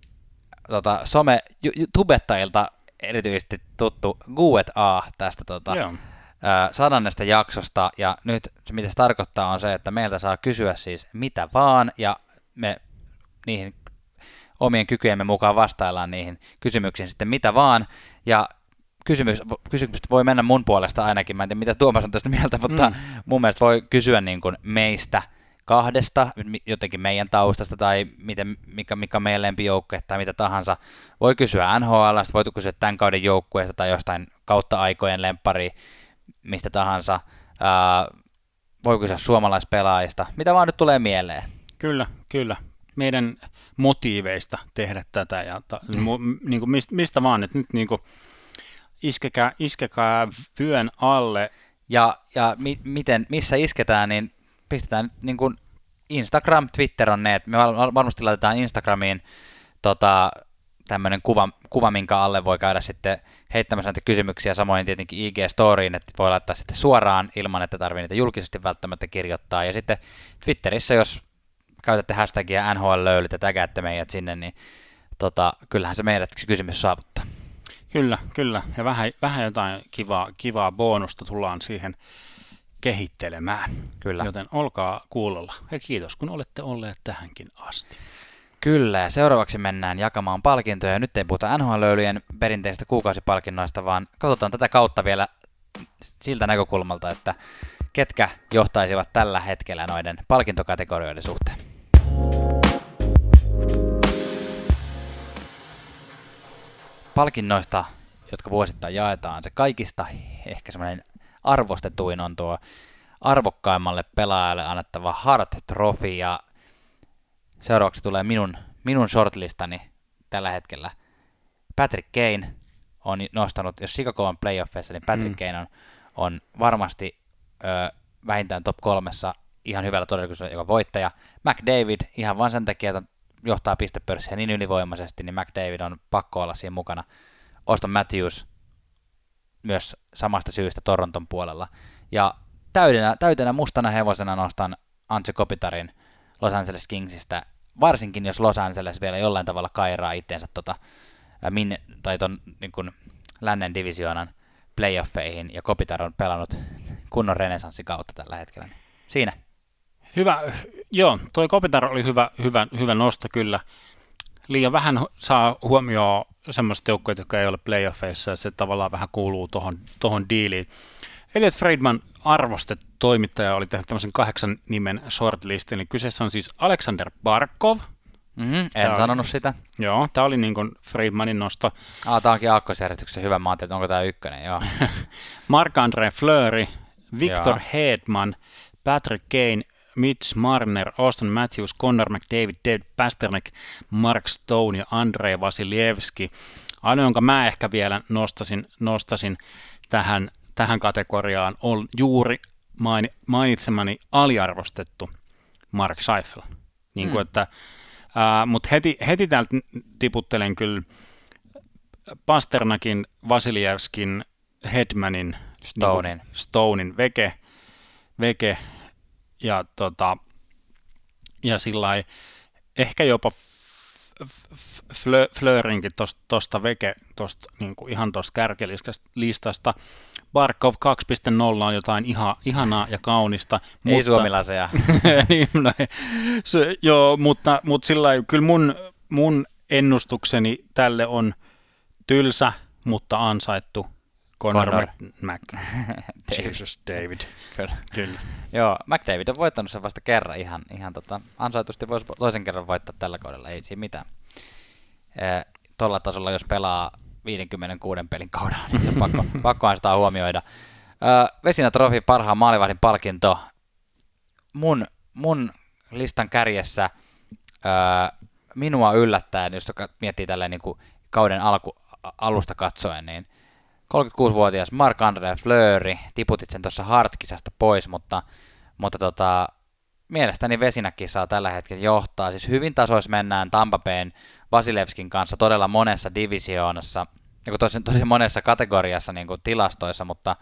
tubettajilta erityisesti tuttu Q&A tästä 100. jaksosta, ja nyt mitä se tarkoittaa on se, että meiltä saa kysyä siis mitä vaan, ja me niihin omien kykyjemme mukaan vastaillaan niihin kysymyksiin sitten mitä vaan, ja kysymykset voi mennä mun puolesta ainakin, mä en tiedä mitä Tuomas on tästä mieltä, mutta mun mielestä voi kysyä niin kuin meistä kahdesta, jotenkin meidän taustasta tai mikä on meidän lempijoukkue tai mitä tahansa. Voi kysyä NHL:stä, voi kysyä tämän kauden joukkueesta tai jostain kautta aikojen lemppari, mistä tahansa. Voi kysyä suomalaispelaajista, mitä vaan nyt tulee mieleen. Kyllä. Meidän motiiveista tehdä tätä ja niin kuin mistä vaan, että nyt niin kuin iskekää vyön alle. Ja missä isketään, niin pistetään niin kuin Instagram, Twitter on ne, että me varmasti laitetaan Instagramiin tämmöinen kuva, minkä alle voi käydä sitten heittämässä näitä kysymyksiä, samoin tietenkin IG-storiin, että voi laittaa sitten suoraan ilman, että tarvitsee niitä julkisesti välttämättä kirjoittaa. Ja sitten Twitterissä, jos käytätte hashtagia NHL-löylyt ja tägäätte meidät sinne, niin kyllähän se meidät kysymys saavuttaa. Kyllä. Ja vähän jotain kivaa bonusta tullaan siihen kehittelemään. Kyllä. Joten olkaa kuulolla. Ja kiitos, kun olette olleet tähänkin asti. Kyllä, ja seuraavaksi mennään jakamaan palkintoja. Ja nyt ei puhuta NHL-löylyjen perinteisistä kuukausipalkinnoista, vaan katsotaan tätä kautta vielä siltä näkökulmalta, että ketkä johtaisivat tällä hetkellä noiden palkintokategorioiden suhteen. Palkinnoista, jotka vuosittain jaetaan, se kaikista ehkä semmoinen arvostetuin on tuo arvokkaimmalle pelaajalle annettava Hart Trophy, ja seuraavaksi tulee minun shortlistani tällä hetkellä. Patrick Kane on nostanut, jos Chicago on playoffeissa, niin Patrick Kane on varmasti vähintään top 3 ihan hyvällä todellisuudella joka voittaja. McDavid ihan vaan sen takia, että johtaa pistepörssiä niin ylivoimaisesti, niin McDavid on pakko olla siinä mukana. Auston Matthews myös samasta syystä Toronton puolella. Ja täytenä mustana hevosena nostan Anze Kopitarin Los Angeles Kingsistä, varsinkin jos Los Angeles vielä jollain tavalla kairaa itseensä ton niin kuin lännen divisioonan playoffeihin, ja Kopitar on pelannut kunnon renesanssikautta tällä hetkellä. Siinä. Hyvä, joo, toi Kopitar oli hyvä nosto kyllä. Liian vähän saa huomioon semmoista joukkueita, jotka ei ole playoffeissa, ja se tavallaan vähän kuuluu tohon diiliin. Elliot Friedman, arvostettu toimittaja, oli tehnyt tämmöisen 8 nimen shortlistin, eli kyseessä on siis Alexander Barkov. En sanonut sitä. Joo, tämä oli niin kuin Friedmanin nosto. Tämä onkin aakkosjärjestyksessä hyvä, mä ajattelin, että onko tämä ykkönen, joo. Marc-André Fleury, Victor Hedman, Patrick Kane, Mitch Marner, Auston Matthews, Connor McDavid, David Pastrnak, Mark Stone ja Andrei Vasilevski. Ainoa, jonka mä ehkä vielä nostasin tähän kategoriaan, on juuri mainitsemani aliarvostettu Mark Scheifele. Niin kuin mutta heti täältä tiputtelen kyllä Pasternakin, Vasilevskin, Hedmanin, Stonein veke ja sillai ehkä jopa Fleurinkin tosta niinku ihan tosta kärkelistasta. Barkov 2.0 on jotain ihanaa ja kaunista. Ei suomilaisia. Niin, no, joo, mutta sillai kyllä mun ennustukseni tälle on tylsä, mutta ansaittu Connor David. Kyllä. Joo, McDavid on voittanut sen vasta kerran ihan ansaitusti, voisi toisen kerran voittaa tällä kaudella, ei siinä mitään. Tuolla tasolla, jos pelaa 56 pelin kaudella, niin pakkohan sitä huomioida. Vezina Trophy, parhaan maalivahdin palkinto. Mun listan kärjessä minua yllättäen, jos miettii tälleen niin kuin kauden alusta katsoen, niin 36-vuotias Marc-André Fleury, tiputit sen tuossa Hart-kisasta pois, mutta mielestäni Vesinäkin saa tällä hetkellä johtaa. Siis hyvin tasois mennään Tampa Bayn Vasilevskin kanssa todella monessa divisioonassa, tosi monessa kategoriassa niin kuin tilastoissa, mutta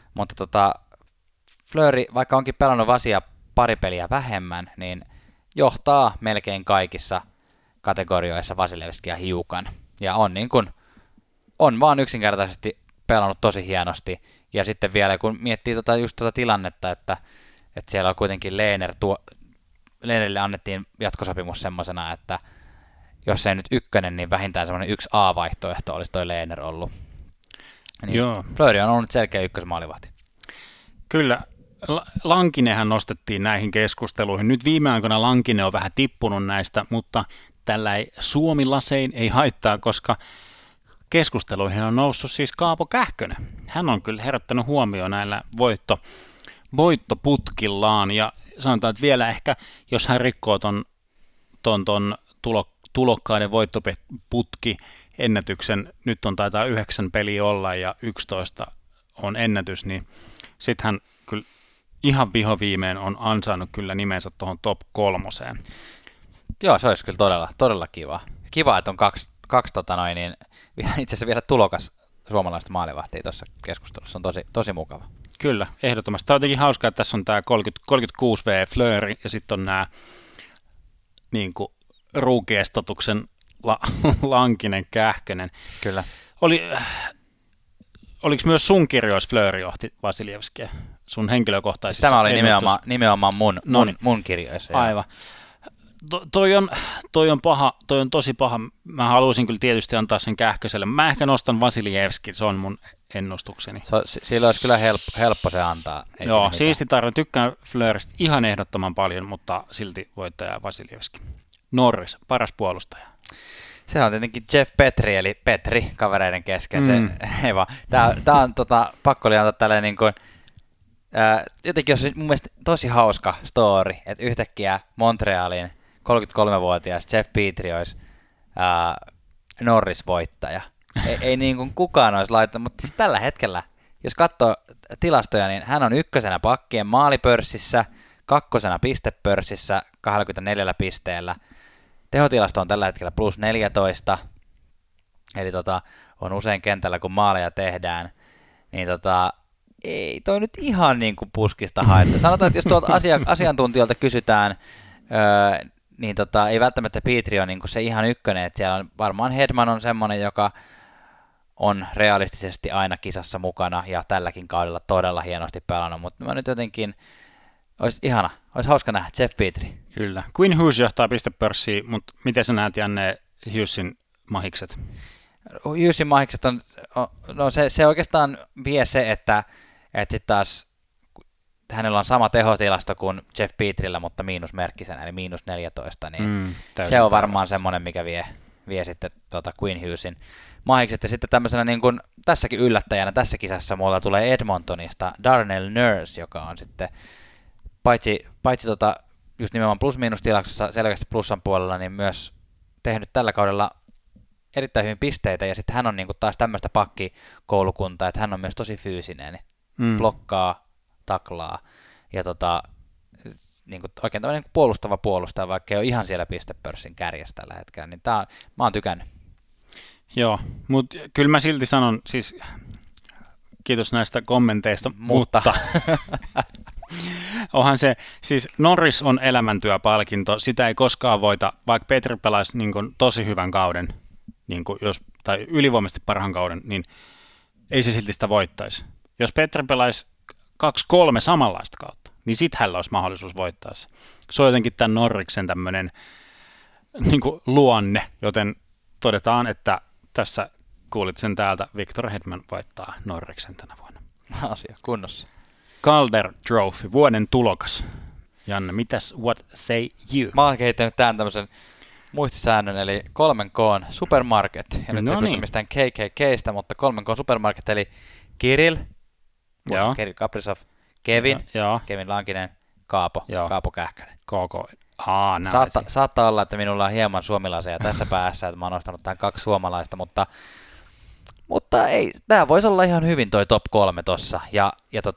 Fleury, vaikka onkin pelannut Vasia pari peliä vähemmän, niin johtaa melkein kaikissa kategorioissa Vasilevskia hiukan. Ja on vaan yksinkertaisesti pelannut tosi hienosti. Ja sitten vielä, kun miettii just tilannetta, että siellä on kuitenkin Lehnerille annettiin jatkosopimus semmoisena, että jos ei nyt ykkönen, niin vähintään semmoinen 1A-vaihtoehto olisi toi Lehner ollut. Niin joo. Fleury on ollut selkeä ykkösmaalivahti. Kyllä. Lankinenhan nostettiin näihin keskusteluihin. Nyt viime aikoina Lankinen on vähän tippunut näistä, mutta tällä Suomi-lasein ei haittaa, koska keskusteluihin on noussut siis Kaapo Kähkönen. Hän on kyllä herättänyt huomioon näillä voittoputkillaan, ja sanotaan, että vielä ehkä, jos hän rikkoo ton tulokkaiden voittoputki ennätyksen, nyt on taitaa 9 peliä olla ja 11 on ennätys, niin sitten hän kyllä ihan vihoviimeen on ansainnut kyllä nimensä tuohon top 3. Joo, se olisi kyllä todella, todella kiva. Kiva, että on kaksi niin itse asiassa vielä tulokas suomalaista maalivahtia tuossa keskustelussa. On tosi mukava. Kyllä, ehdottomasti. Tämä on jotenkin hauskaa, että tässä on tämä 36V Fleury ja sitten on nämä niin kuin ruukiestatuksen Lankinen, Kähkönen. Kyllä. Oliko myös sun kirjoissa Fleury johti Vasilevskia? Sun henkilökohtaisissa tämä oli nimenomaan mun kirjoissa. Aivan. Toi on tosi paha. Mä haluaisin kyllä tietysti antaa sen Kähköselle. Mä ehkä nostan Vasilevskin, se on mun ennustukseni. Sillä olisi kyllä helppo se antaa. Joo, siisti tarina. Tykkään Fleurystä ihan ehdottoman paljon, mutta silti voittaja Vasilevski. Norris, paras puolustaja. Se on tietenkin Jeff Petri, eli Petri kavereiden kesken. Ei vaan. Tää on pakko oli antaa tälleen niin kuin, jotenkin olisi mun mielestä tosi hauska story, että yhtäkkiä Montrealin 33-vuotias Jeff Petri olisi Norris-voittaja. ei niin kuin kukaan olisi laittanut, mutta siis tällä hetkellä, jos katsoo tilastoja, niin hän on ykkösenä pakkien maalipörssissä, kakkosena pistepörssissä 24 pisteellä. Tehotilasto on tällä hetkellä plus 14, eli on usein kentällä, kun maaleja tehdään, niin ei toi nyt ihan niin kuin puskista haettu. Sanotaan, että jos tuolta asiantuntijoilta kysytään, niin ei välttämättä Petri ole niin kuin se ihan ykkönen, että siellä on varmaan Hedman on semmoinen, joka on realistisesti aina kisassa mukana ja tälläkin kaudella todella hienosti pelannut, mutta mä nyt jotenkin, olisi hauska nähdä Jeff Petri. Kyllä. Quinn Hughes johtaa pistepörssiä, mutta miten sä näet, Janne, Hughesin mahikset? Hughesin mahikset on se oikeastaan vie se, että sitten taas hänellä on sama tehotilasto kuin Jeff Petrillä, mutta miinusmerkkisenä, eli miinus 14, niin se on varmaan semmoinen, mikä vie sitten Quinn Hughesin mahikset. Ja sitten tämmöisenä niin kuin tässäkin yllättäjänä tässä kisassa mulla tulee Edmontonista Darnell Nurse, joka on sitten paitsi just nimenomaan plus-miinus-tilauksessa selkeästi plussan puolella, niin myös tehnyt tällä kaudella erittäin hyvin pisteitä, ja sitten hän on niinku taas tämmöistä pakkikoulukuntaa, että hän on myös tosi fyysinen, blokkaa, taklaa, ja niinku oikein tämmöinen puolustava puolustaja, vaikka ei ole ihan siellä pistepörssin kärjessä tällä hetkellä, niin mä oon tykännyt. Joo, mutta kyllä mä silti sanon, siis kiitos näistä kommenteista, mutta onhan se, siis Norris on elämäntyöpalkinto, sitä ei koskaan voita, vaikka Petri pelaisi niin kuin tosi hyvän kauden, niin kuin tai ylivoimaisesti parhaan kauden, niin ei se silti sitä voittaisi. Jos Petri pelaisi 2-3 samanlaista kautta, niin sit hänellä olisi mahdollisuus voittaa se. Se on jotenkin tämän Norriksen tämmöinen niin kuin luonne, joten todetaan, että tässä kuulit sen täältä, Victor Hedman voittaa Norriksen tänä vuonna. Asia kunnossa. Calder Trophy, vuoden tulokas. Janne, what say you? Mä oon kehittänyt tämän tämmöisen muistisäännön, eli 3K Supermarket. Ja nyt ei pysty mistään KKKstä, mutta 3K Supermarket, eli Kirill, Kirill Kaprizov, Kevin, Kevin Lankinen, Kaapo Kähkönen. KK Saattaa olla, että minulla on hieman suomalaisia tässä päässä, että mä oon nostanut tähän 2 suomalaista, mutta ei, tämä voisi olla ihan hyvin toi top 3 tossa. Ja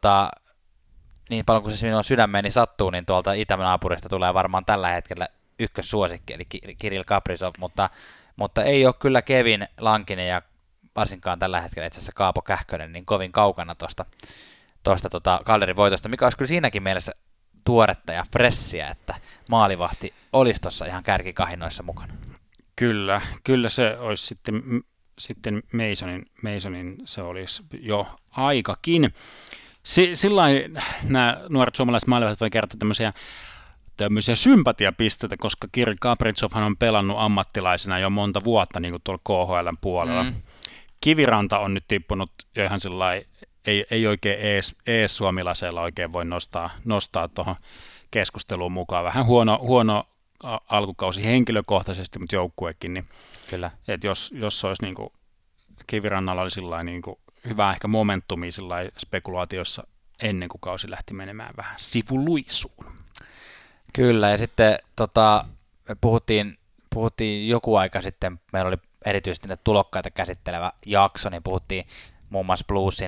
niin paljon kuin se minun sydämeeni sattuu, niin tuolta itänaapurista tulee varmaan tällä hetkellä ykkössuosikki, eli Kirill Kaprizov, mutta ei ole kyllä Kevin Lankinen ja varsinkaan tällä hetkellä itse asiassa Kaapo Kähkönen niin kovin kaukana tuosta Calderin voitosta, mikä olisi kyllä siinäkin mielessä tuoretta ja fressiä, että maalivahti olisi tuossa ihan kärkikahinoissa mukana. Kyllä se olisi sitten Masonin se olisi jo aikakin. Sillain nämä nuoret suomalaiset maalivahtit voi kertoa tämmöisiä sympatiapisteitä, koska Kirill Kaprizovhan on pelannut ammattilaisena jo monta vuotta niin kuin tuolla KHL:n puolella. Kiviranta on nyt tippunut jo ihan sellainen, ei oikein ees suomilaisella oikein voi nostaa tuohon keskusteluun mukaan. Vähän huono alkukausi henkilökohtaisesti, mutta joukkuekin. Niin, kyllä. että jos olisi niin kuin, Kivirannalla oli sillain, niin kuin, hyvä ehkä momentumia sillain spekulaatiossa ennen kuin kausi lähti menemään vähän sivuluisuun. Kyllä, ja sitten me puhuttiin joku aika sitten, meillä oli erityisesti ne tulokkaita käsittelevä jakso, niin puhuttiin muun muassa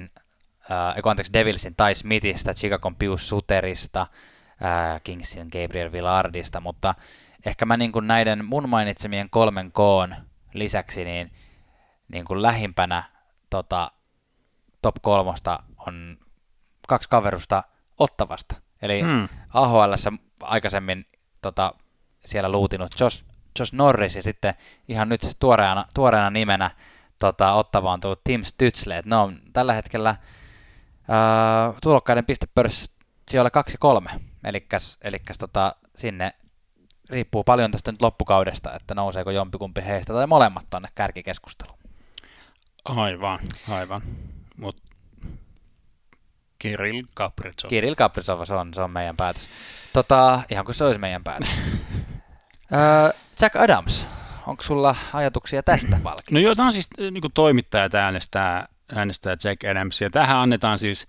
Devilsin Ty Smithistä, Chicagon Pius Suterista, Kingsin Gabriel Villardista, mutta ehkä mä niin kuin näiden mun mainitsemien 3 koon lisäksi niin kuin lähimpänä top 3 on 2 kaverusta Ottavasta, eli AHL:ssä aikaisemmin siellä luutinut Josh Norris ja sitten ihan nyt tuoreena nimenä Ottava on tullut Tim Stützle. Ne on tällä hetkellä tulokkaiden pistepörssissä siellä 2-3, elikkäs sinne riippuu paljon tästä nyt loppukaudesta, että nouseeko jompikumpi heistä tai molemmat tuonne kärkikeskusteluun. Aivan. Mut Kirill Kaprizov, se on meidän päätös. Ihan kuin se olisi meidän päätös. Jack Adams, onko sulla ajatuksia tästä palkinnosta? No joo, tämä on siis niin kuin toimittajat äänestää Jack Adamsia. Tähän annetaan siis,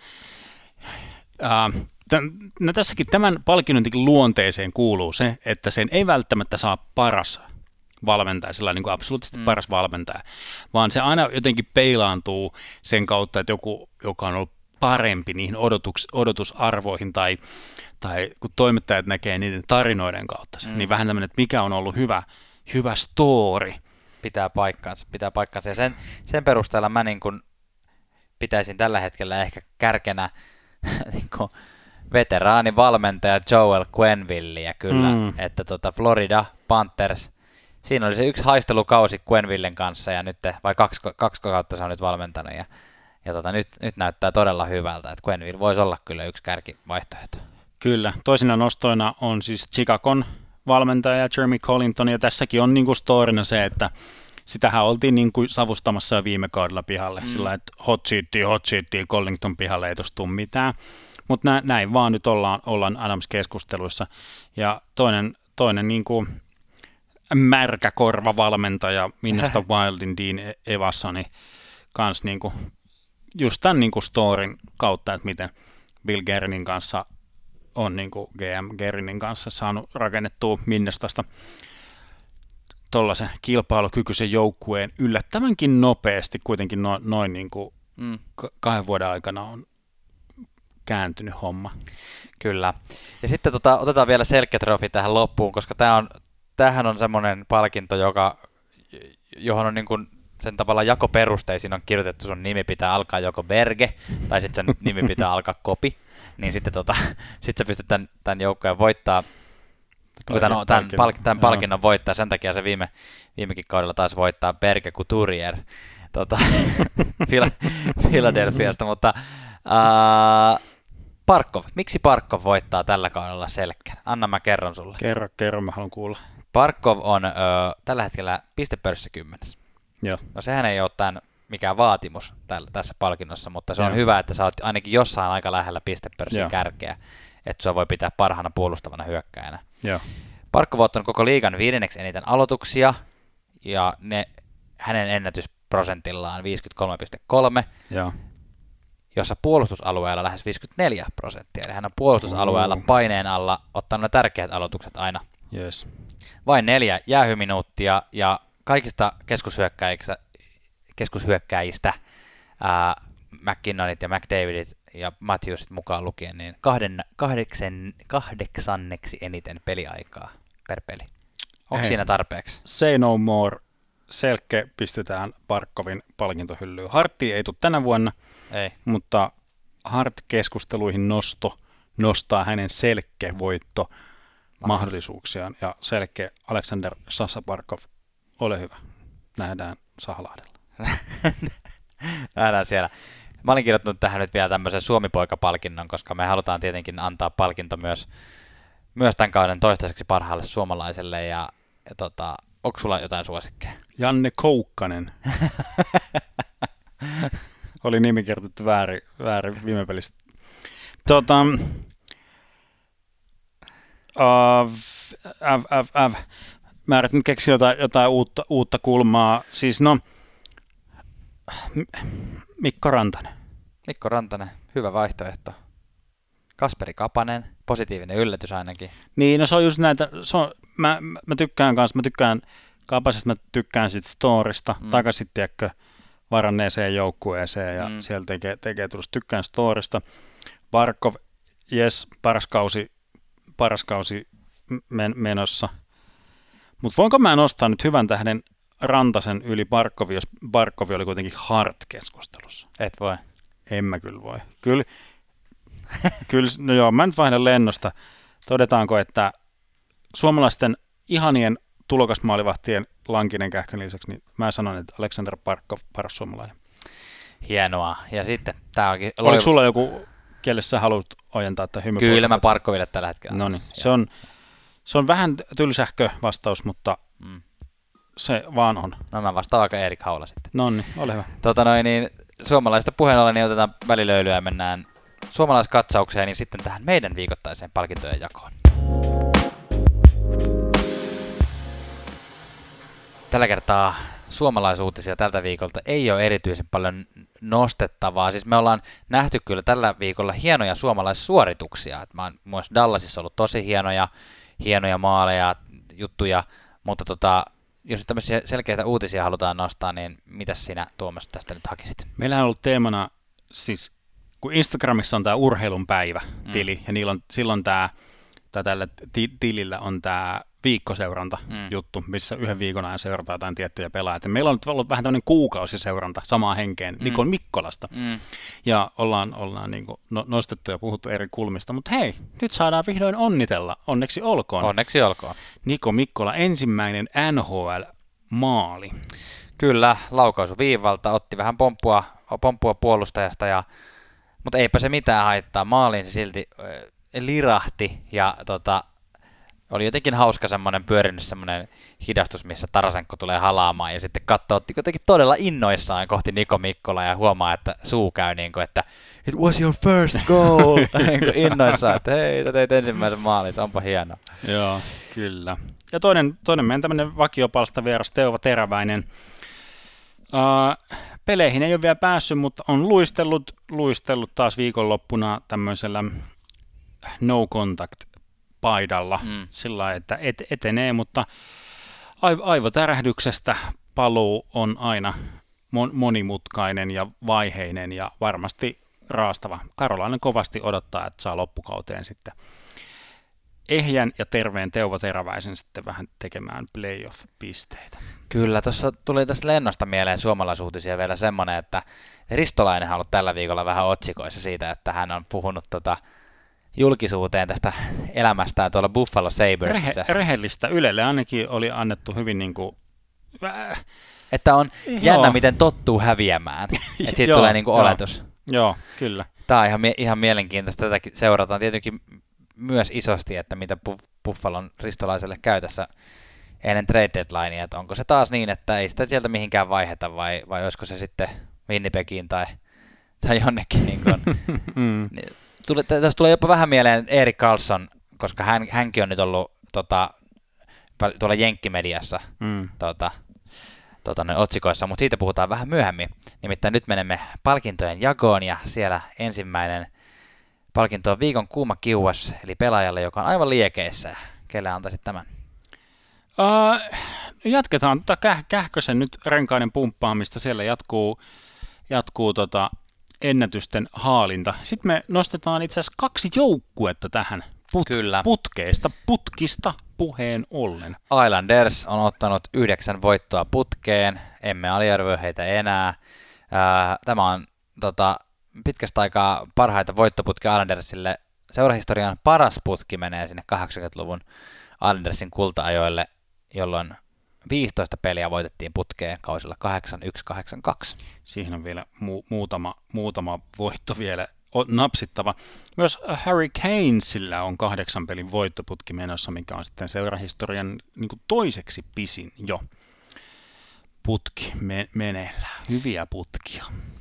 tässäkin tämän palkinnon luonteeseen kuuluu se, että sen ei välttämättä saa paras valmentaja, sellainen niin kuin absoluuttisesti paras valmentaja, vaan se aina jotenkin peilaantuu sen kautta, että joku, joka on ollut parempi niihin odotusarvoihin tai kun toimittajat näkee niiden tarinoiden kautta, niin vähän tämmöinen, että mikä on ollut hyvä story. Pitää paikkansa. Ja sen perusteella mä niin kuin pitäisin tällä hetkellä ehkä kärkenä niin kuin veteraanivalmentaja Joel Quennevillea kyllä, että Florida Panthers, siinä oli se yksi haistelukausi Quennevillen kanssa ja nyt, vai kaksi kautta se on nyt valmentanut ja nyt näyttää todella hyvältä, että Quenneville voisi olla kyllä yksi kärkivaihtoehto. Kyllä, toisina nostoina on siis Chicagon valmentaja Jeremy Collinton, ja tässäkin on niin kuin storina se, että sitähän oltiin niin kuin savustamassa jo viime kaudella pihalle, sillä että hot seatiin, Collington pihalle ei tuossa tule mitään, mutta näin vaan nyt ollaan Adams-keskusteluissa, ja toinen niin kuin märkä korvavalmentaja Minnesota Wildin Dean Evassoni kanssa niin kuin just tämän niin kuin storin kautta, että miten Bill Guerinin kanssa on niin kuin GM Guerinin kanssa saanut rakennettua Minnesotasta tuollaisen kilpailukykyisen joukkueen yllättävänkin nopeasti, kuitenkin noin niin kuin 2 vuoden aikana on kääntynyt homma. Kyllä. Ja sitten otetaan vielä Selke-trofi tähän loppuun, koska tämähän on semmoinen palkinto, johon on niin kuin sen tavallaan jakoperusteisiin on kirjoitettu, sun nimi pitää alkaa joko Berge, tai sitten sen nimi pitää alkaa Kopi, niin sitten sit sä pystyt tämän joukkojen voittaa, tämän palkinnon voittaa, sen takia se viimekin kaudella taas voittaa Berge Couturier Philadelphiasta, mutta Barkov, miksi Barkov voittaa tällä kaudella Selkän? Anna mä kerron sulle. Kerro, mä haluan kuulla. Barkov on tällä hetkellä pistepörssissä 10. Joo. No sehän ei ole mikään vaatimus tässä palkinnossa, mutta se on hyvä, että sä oot ainakin jossain aika lähellä pistepörssin kärkeä, että sua voi pitää parhaana puolustavana hyökkäjänä. Joo. Barkov on ottanut koko liigan 5. eniten aloituksia, ja hänen ennätysprosentillaan 53,3, jossa puolustusalueella lähes 54%. Eli hän on puolustusalueella paineen alla ottanut ne tärkeät aloitukset aina Yes. Vain 4 jäähyminuuttia ja kaikista keskushyökkäjistä McKinnonit ja McDavidit ja Matthewsit mukaan lukien, niin kahdeksanneksi eniten peliaikaa per peli. Onko siinä tarpeeksi? Say no more. Selke pistetään Barkovin palkintohyllyyn. Hartti ei tule tänä vuonna, Ei. mutta Hart-keskusteluihin nostaa hänen Selke-voitto mahdollisuuksiaan. Ja Selke Alexander Sasa Barkov, ole hyvä. Nähdään Sahalahdella. Nähdään siellä. Mä olin kirjoittanut tähän nyt vielä tämmöisen Suomi-poika-palkinnon, koska me halutaan tietenkin antaa palkinto myös tämän kauden toistaiseksi parhaalle suomalaiselle. Ja onko sulla jotain suosikkeja? Janne Koukkanen. Oli nimi kirjoitettu väärin viime pelistä. Mä yritän keksiä jotain uutta kulmaa. Siis Mikko Rantanen. Mikko Rantanen, hyvä vaihtoehto. Kasperi Kapanen, positiivinen yllätys ainakin. Niin, no se on just näitä, mä tykkään Kapasesta, mä tykkään sit Storista, takaisin tiedätkö varanneeseen joukkueeseen ja siellä tekee tulosta, tykkään Storista. Barkov, jes, paras kausi menossa. Mutta voinko mä nostaa nyt hyvän tähden Rantasen yli Barkovi, jos Barkovi oli kuitenkin Hart-keskustelussa? Et voi. En mä kyllä voi. Kyllä, no joo, mä nyt vaihdan lennosta. Todetaanko, että suomalaisten ihanien tulokasmaalivahtien Lankinen Kähkön lisäksi, niin mä sanon, että Alexander Barkov paras suomalainen. Hienoa. Ja sitten tää onkin... Oliko sulla joku, kelle sä haluat ojentaa tämän hymypoikka? Kyllä mä Barkoville tällä hetkellä. No niin, se on vähän tylsähkö vastaus, mutta se vaan on. No mä vastaan vaikka Erik Haula sitten. No niin, ole hyvä. Suomalaisista puheen ollen niin otetaan välilöylyä ja mennään suomalaiskatsaukseen, niin sitten tähän meidän viikoittaiseen palkintojen jakoon. Tällä kertaa suomalaisuutisia tältä viikolta ei ole erityisen paljon nostettavaa. Siis me ollaan nähty kyllä tällä viikolla hienoja suomalaissuorituksia. Mä oon myös Dallasissa ollut tosi hienoja maaleja, juttuja, mutta jos nyt tämmöisiä selkeitä uutisia halutaan nostaa, niin mitäs sinä Tuomas tästä nyt hakisit? Meillähän on ollut teemana, siis kun Instagramissa on tämä urheilun päivä-tili, ja silloin tällä tilillä on tämä viikkoseuranta-juttu, missä yhden viikon ajan seurataan jotain tiettyjä pelaajia. Meillä on nyt ollut vähän tämmöinen kuukausiseuranta samaan henkeen Nikon Mikkolasta, ja ollaan niin kuin nostettu ja puhuttu eri kulmista, mutta hei, nyt saadaan vihdoin onnitella, onneksi olkoon. Onneksi olkoon. Niko Mikkola, ensimmäinen NHL-maali. Kyllä, laukaisu viivalta, otti vähän pomppua puolustajasta, mutta eipä se mitään haittaa, maaliin se silti lirahti ja oli jotenkin hauska pyörinyt semmoinen hidastus, missä Tarasenko tulee halaamaan ja sitten katsoo jotenkin todella innoissaan kohti Niko Mikkola ja huomaa, että suu käy niin kuin, että it was your first goal, niin kuin innoissaan, että hei, sä teit ensimmäisen maalin, se onpa hienoa. Joo, kyllä. Ja toinen meidän tämmöinen vakiopalsta vieras Teuvo Teräväinen. Peleihin ei ole vielä päässyt, mutta on luistellut taas viikonloppuna tämmöisellä no contact paidalla sillä lailla, että etenee, mutta aivotärähdyksestä paluu on aina monimutkainen ja vaiheinen ja varmasti raastava. Karolainen kovasti odottaa, että saa loppukauteen sitten ehjän ja terveen Teuvo Teräväisen sitten vähän tekemään playoff-pisteitä. Kyllä, tuossa tuli tästä lennosta mieleen suomalaisuutisia vielä semmoinen, että Ristolainen on ollut tällä viikolla vähän otsikoissa siitä, että hän on puhunut julkisuuteen tästä elämästään tuolla Buffalo Sabresissa. Rehellistä. Ylelle ainakin oli annettu hyvin niin kuin... Että on jännä, miten tottuu häviämään. Että siitä tulee niin kuin oletus. Joo, kyllä. Tämä on ihan mielenkiintoista. Tätäkin seurataan tietenkin myös isosti, että mitä Buffalon Ristolaiselle käy tässä ennen trade deadlinea. Että onko se taas niin, että ei sitä sieltä mihinkään vaiheta vai olisiko se sitten Winnipegiin tai jonnekin. Niin kuin, tässä tulee jopa vähän mieleen Erik Karlsson, koska hänkin on nyt ollut tuolla jenkkimediassa otsikoissa, mutta siitä puhutaan vähän myöhemmin. Nimittäin nyt menemme palkintojen jakoon ja siellä ensimmäinen palkinto on viikon kuuma kiuas, eli pelaajalle, joka on aivan liekeissä. Kelle antaisit tämän? Jatketaan Kähkösen nyt renkaiden pumppaamista. Siellä jatkuu ennätysten haalinta. Sitten me nostetaan itse asiassa 2 joukkuetta tähän putkista puheen ollen. Islanders on ottanut 9 voittoa putkeen, emme aliarvioi heitä enää. Tämä on pitkästä aikaa parhaita voittoputkia Islandersille. Seurahistorian paras putki menee sinne 80-luvun Islandersin kulta-ajoille, jolloin 15 peliä voitettiin putkeen kausilla 8-1-8-2. Siihen on vielä muutama voitto vielä napsittava. Myös Harry Kanesillä on 8 pelin voittoputki menossa, mikä on sitten seurahistorian niin kuin toiseksi pisin jo putki meneillään. Hyviä putkia.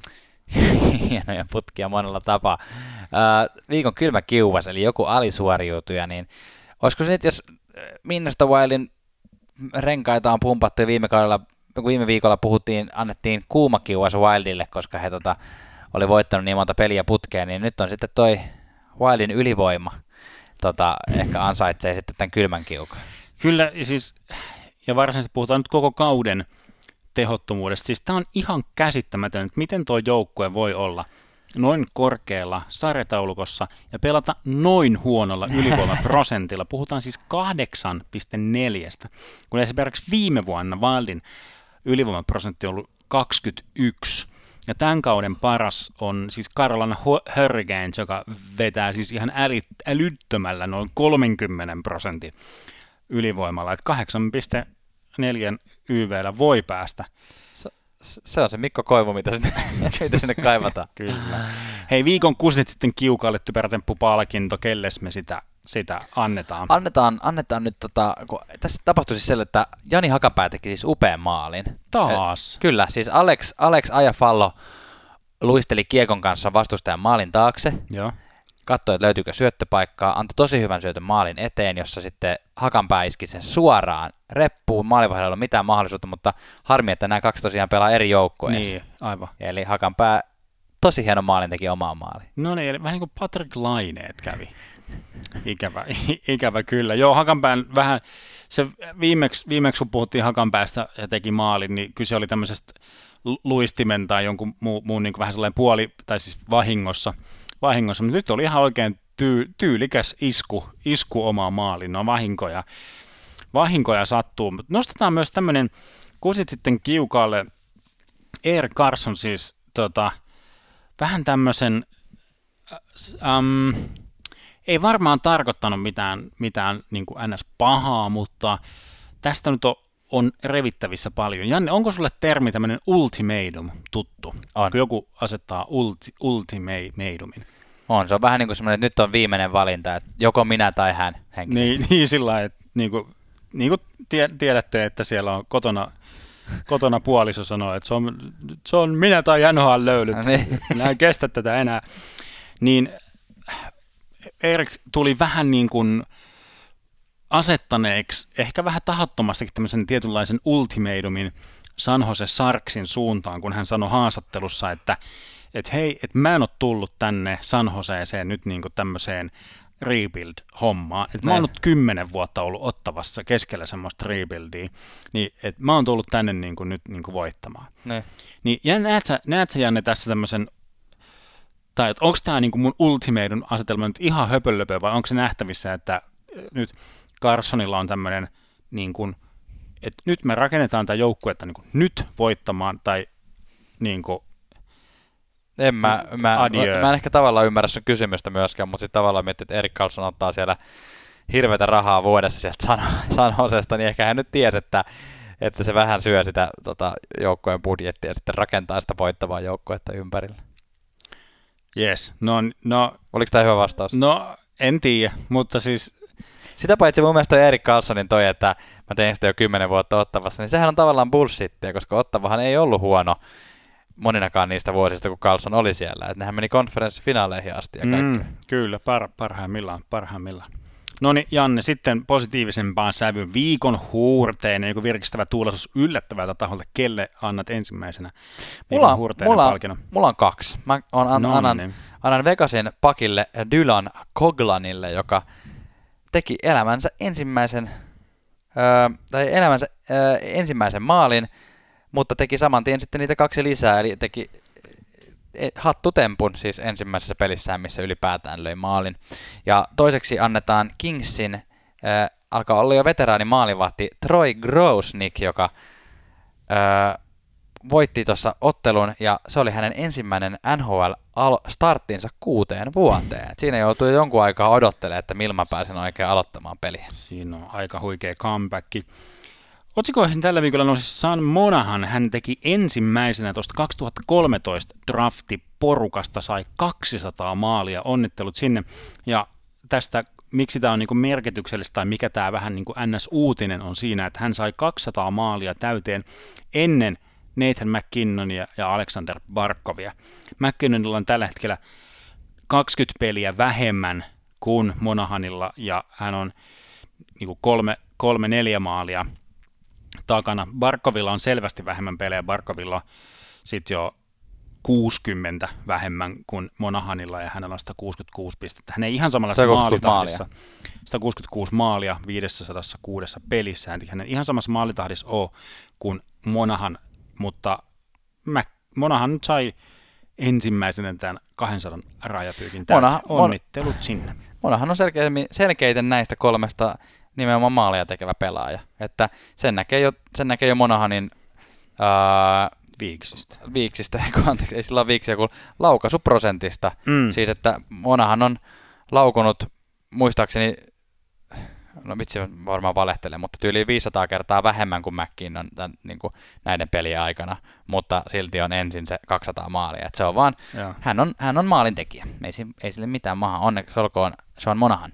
Hienoja putkia monella tapaa. Viikon kylmä kiuvas, eli joku alisuoriutuja, niin olisiko se nyt, jos Minnesota Wildin renkaita on pumpattu ja viime viikolla annettiin kuuma kiuvas Wildille, koska he oli voittanut niin monta peliä putkeen, niin nyt on sitten toi Wildin ylivoima ehkä ansaitsee sitten tämän kylmän kiukan. Kyllä, siis, ja varsinaisesti puhutaan nyt koko kauden tehottomuudesta. Siis tämä on ihan käsittämätön, että miten tuo joukkue voi olla noin korkealla sarjataulukossa ja pelata noin huonolla ylivoimaprosentilla. Puhutaan siis 8,4, kun esimerkiksi viime vuonna Wildin ylivoimaprosentti on ollut 21. Ja tämän kauden paras on siis Carolina Hurricanes, joka vetää siis ihan älyttömällä noin 30% ylivoimalla. Että 8,4 YV:llä voi päästä. Se on se Mikko Koivu, mitä sinne kaivataan. Kyllä. Hei, viikon kusit sitten kiukalle typerätemppupalkinto, kelles me sitä annetaan? Annetaan nyt, kun tässä tapahtui siis sellainen, että Jani Hakanpää teki siis upean maalin. Taas? Kyllä, siis Alex Ajafallo luisteli kiekon kanssa vastustajan maalin taakse. Joo. Katsoi, että löytyykö syöttöpaikkaa, antoi tosi hyvän syötön maalin eteen, jossa sitten Hakanpää iski sen suoraan reppuun. Maalivahdella ei ole mitään mahdollisuutta, mutta harmi, että nämä 2 tosiaan pelaa eri joukkueissa. Niin, aivan. Eli Hakanpää tosi hieno maalin teki omaan maaliin. No niin, eli vähän niin kuin Patrick Laineet kävi. Ikävä kyllä. Joo, Hakanpään vähän, se viimeksi kun puhuttiin Hakanpäästä ja teki maalin, niin kyse oli tämmöisestä luistimen tai jonkun muun niin kuin vähän sellainen tai siis vahingossa, mutta nyt oli ihan oikein tyylikäs isku omaan maaliin. No vahinkoja sattuu, mutta nostetaan myös tämmöinen, kusit sitten kiukaalle, Erik Karlsson siis vähän tämmöisen, ei varmaan tarkoittanut mitään niin kuin ns. Pahaa, mutta tästä nyt on revittävissä paljon. Janne, onko sulle termi tämmöinen ultimatum tuttu? On. Kun joku asettaa ultimatumin. Se on vähän niin kuin semmoinen, että nyt on viimeinen valinta, että joko minä tai hän henkisesti. Niin sillä lailla, että niin kuin tiedätte, että siellä on kotona puoliso sanoo, että se on minä tai NHL löylyt. Minä en kestä tätä enää. Niin Erik tuli vähän niin kuin asettaneeksi, ehkä vähän tahattomastikin tämmöisen tietynlaisen ultimatumin San Jose Sharksin suuntaan, kun hän sanoi haastattelussa, että hei, että mä en ole tullut tänne San Joseeseen nyt niin kuin tämmöiseen rebuild-hommaan. Että mä oon nyt 10 vuotta ollut Ottavassa keskellä semmoista rebuildia, niin että mä oon tullut tänne niin kuin nyt niin kuin voittamaan. Ne. Niin ja näet sä Janne tässä tämmöisen, tai onko tämä niin kuin mun ultimatum asetelma nyt ihan höpölöpö, vai onko se nähtävissä, että nyt Carlssonilla on tämmöinen, niin kuin, että nyt me rakennetaan tämä joukkuetta niin kuin nyt voittamaan, tai niin kuin Mä en ehkä tavallaan ymmärrä sun kysymystä myöskään, mutta sitten tavallaan miettii, että Erik Karlsson ottaa siellä hirveätä rahaa vuodessa sieltä San Josesta, niin ehkä hän nyt tiesi, että se vähän syö sitä joukkueen budjettia ja sitten rakentaa sitä voittavaa joukkuetta ympärillä. Yes, no. Oliko tämä hyvä vastaus? No, en tiedä, mutta siis sitä paitsi mun mielestä toi Erik Karlssonin että mä tein sitä jo 10 vuotta Ottavassa, niin sehän on tavallaan bullshittia, koska Ottavahan ei ollut huono moninakaan niistä vuosista, kun Karlsson oli siellä. Että nehän meni konferenssifinaaleihin asti ja kaikkea. Kyllä, parhaimmillaan. No niin, Janne, sitten positiivisempaan sävyyn viikon huurteinen, joku virkistävä tuulaisuus yllättävältä taholta. Kelle annat ensimmäisenä viikon huurteinen palkinnon? Mulla on 2. Mä annan Vegasin pakille Dylan Coglanille, joka teki elämänsä ensimmäisen tai elämänsä ensimmäisen maalin, mutta teki saman tien sitten niitä 2 lisää, eli teki hattutempun siis ensimmäisessä pelissään, missä ylipäätään löi maalin. Ja toiseksi annetaan Kingsin, alkaa olla jo veteraani maalivahti Troy Grosnick, joka voitti tuossa ottelun, ja se oli hänen ensimmäinen NHL-starttinsa 6 vuoteen. Et siinä joutui jonkun aikaa odottelemaan, että milloin mä pääsen oikein aloittamaan peliä. Siinä on aika huikea comeback. Otsikoihin tällä viikolla nousi Sean Monahan. Hän teki ensimmäisenä tuosta 2013 draftiporukasta, sai 200 maalia, onnittelut sinne. Ja tästä, miksi tämä on niinku merkityksellistä tai mikä tämä vähän niin kuin NS-uutinen on siinä, että hän sai 200 maalia täyteen ennen Nathan McKinnonia ja Alexander Barkovia. McKinnonilla on tällä hetkellä 20 peliä vähemmän kuin Monahanilla, ja hän on niin 3-4 maalia takana. Barkovilla on selvästi vähemmän pelejä. Barkovilla on sitten jo 60 vähemmän kuin Monahanilla, ja hänellä on 166 pistettä. Hän ei ihan samalla maalitahdissa. 166 maalia 506 pelissä. Hän ei ihan samassa maalitahdissa ole kuin Monahan, mutta Monahan nyt sai ensimmäisenä tämän 200 rajapyykin täyteen. Onnittelut sinne. Monahan on selkeiten näistä 3 nimenomaan maalia tekevä pelaaja. Että sen näkee jo Monahanin viiksistä, ei sillä ole viiksiä, kun laukaisuprosentista. Siis, että Monahan on laukunut, muistaakseni, no vitsi varmaan valehtelen, mutta tyyliin 500 kertaa vähemmän kuin McKinnon niin kuin näiden pelien aikana, mutta silti on ensin se 200 maalia. Et se on vaan, hän on maalintekijä, ei sille mitään maha, onneksi olkoon Sean Monahan.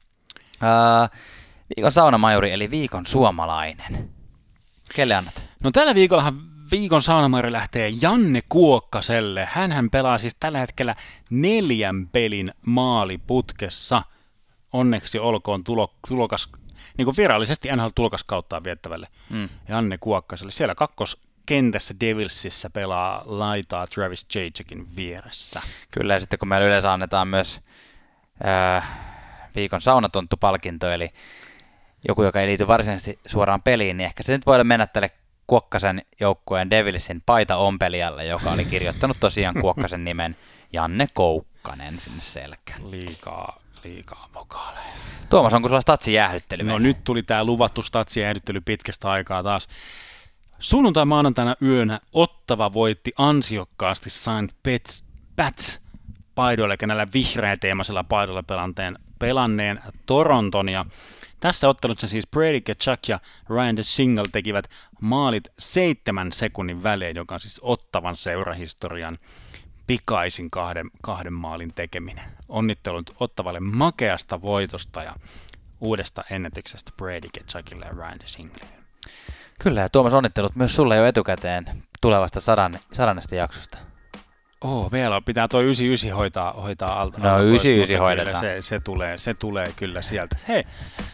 Viikon saunamajuri, eli viikon suomalainen. Kelle annat? No tällä viikollahan viikon saunamajuri lähtee Janne Kuokkaselle. Hänhän pelaa siis tällä hetkellä 4 pelin maaliputkessa. Onneksi olkoon tulokas, niin kuin virallisesti NHL-tulokaskauttaan viettävälle Janne Kuokkaselle. Siellä kakkoskentässä Devilsissä pelaa laitaa Travis Zajakin vieressä. Kyllä, ja sitten kun meillä yleensä annetaan myös viikon saunatonttu-palkinto, eli joku, joka ei liity varsinaisesti suoraan peliin, niin ehkä se nyt voi mennä tälle Kuokkasen joukkueen Devilsin paitaompelijalle, joka oli kirjoittanut tosiaan Kuokkasen nimen Janne Koukkanen sinne selkään. Liikaa vokaaleja. Tuomas, onko sulla statsijäähdyttely? No nyt tuli tää luvattu statsijäähdyttely pitkästä aikaa taas. Sunnuntai-maanantaina yönä Ottava voitti ansiokkaasti St. Pats paidoilla, eli näillä vihreäteemaisella paidoilla pelanneen Toronton. Ja tässä ottelussa siis Brady Tkachuk ja Ryan Single tekivät maalit 7 sekunnin välein, joka on siis Ottavan seurahistorian pikaisin kahden maalin tekeminen. Onnittelut Ottavalle makeasta voitosta ja uudesta ennätyksestä Brady Tkachukille ja Ryan Singlelle. Kyllä, ja Tuomas, onnittelut myös sulle jo etukäteen tulevasta 100. jaksosta. Vielä pitää toi 99 hoitaa alta. No 99 hoidetaan. Se tulee kyllä sieltä. Hei,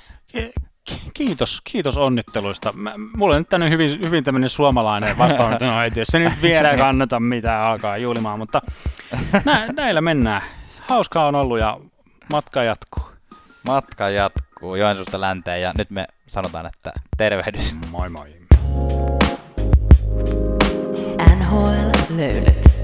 kiitos onnitteluista. Mulla on nyt tänne hyvin tämmöinen suomalainen vastaus, että no ei se nyt vielä kannata mitään alkaa juhlimaan, mutta näillä mennään. Hauskaa on ollut ja matka jatkuu. Matka jatkuu Joensuusta länteen ja nyt me sanotaan, että tervehdys. Moi moi. NHL löydät.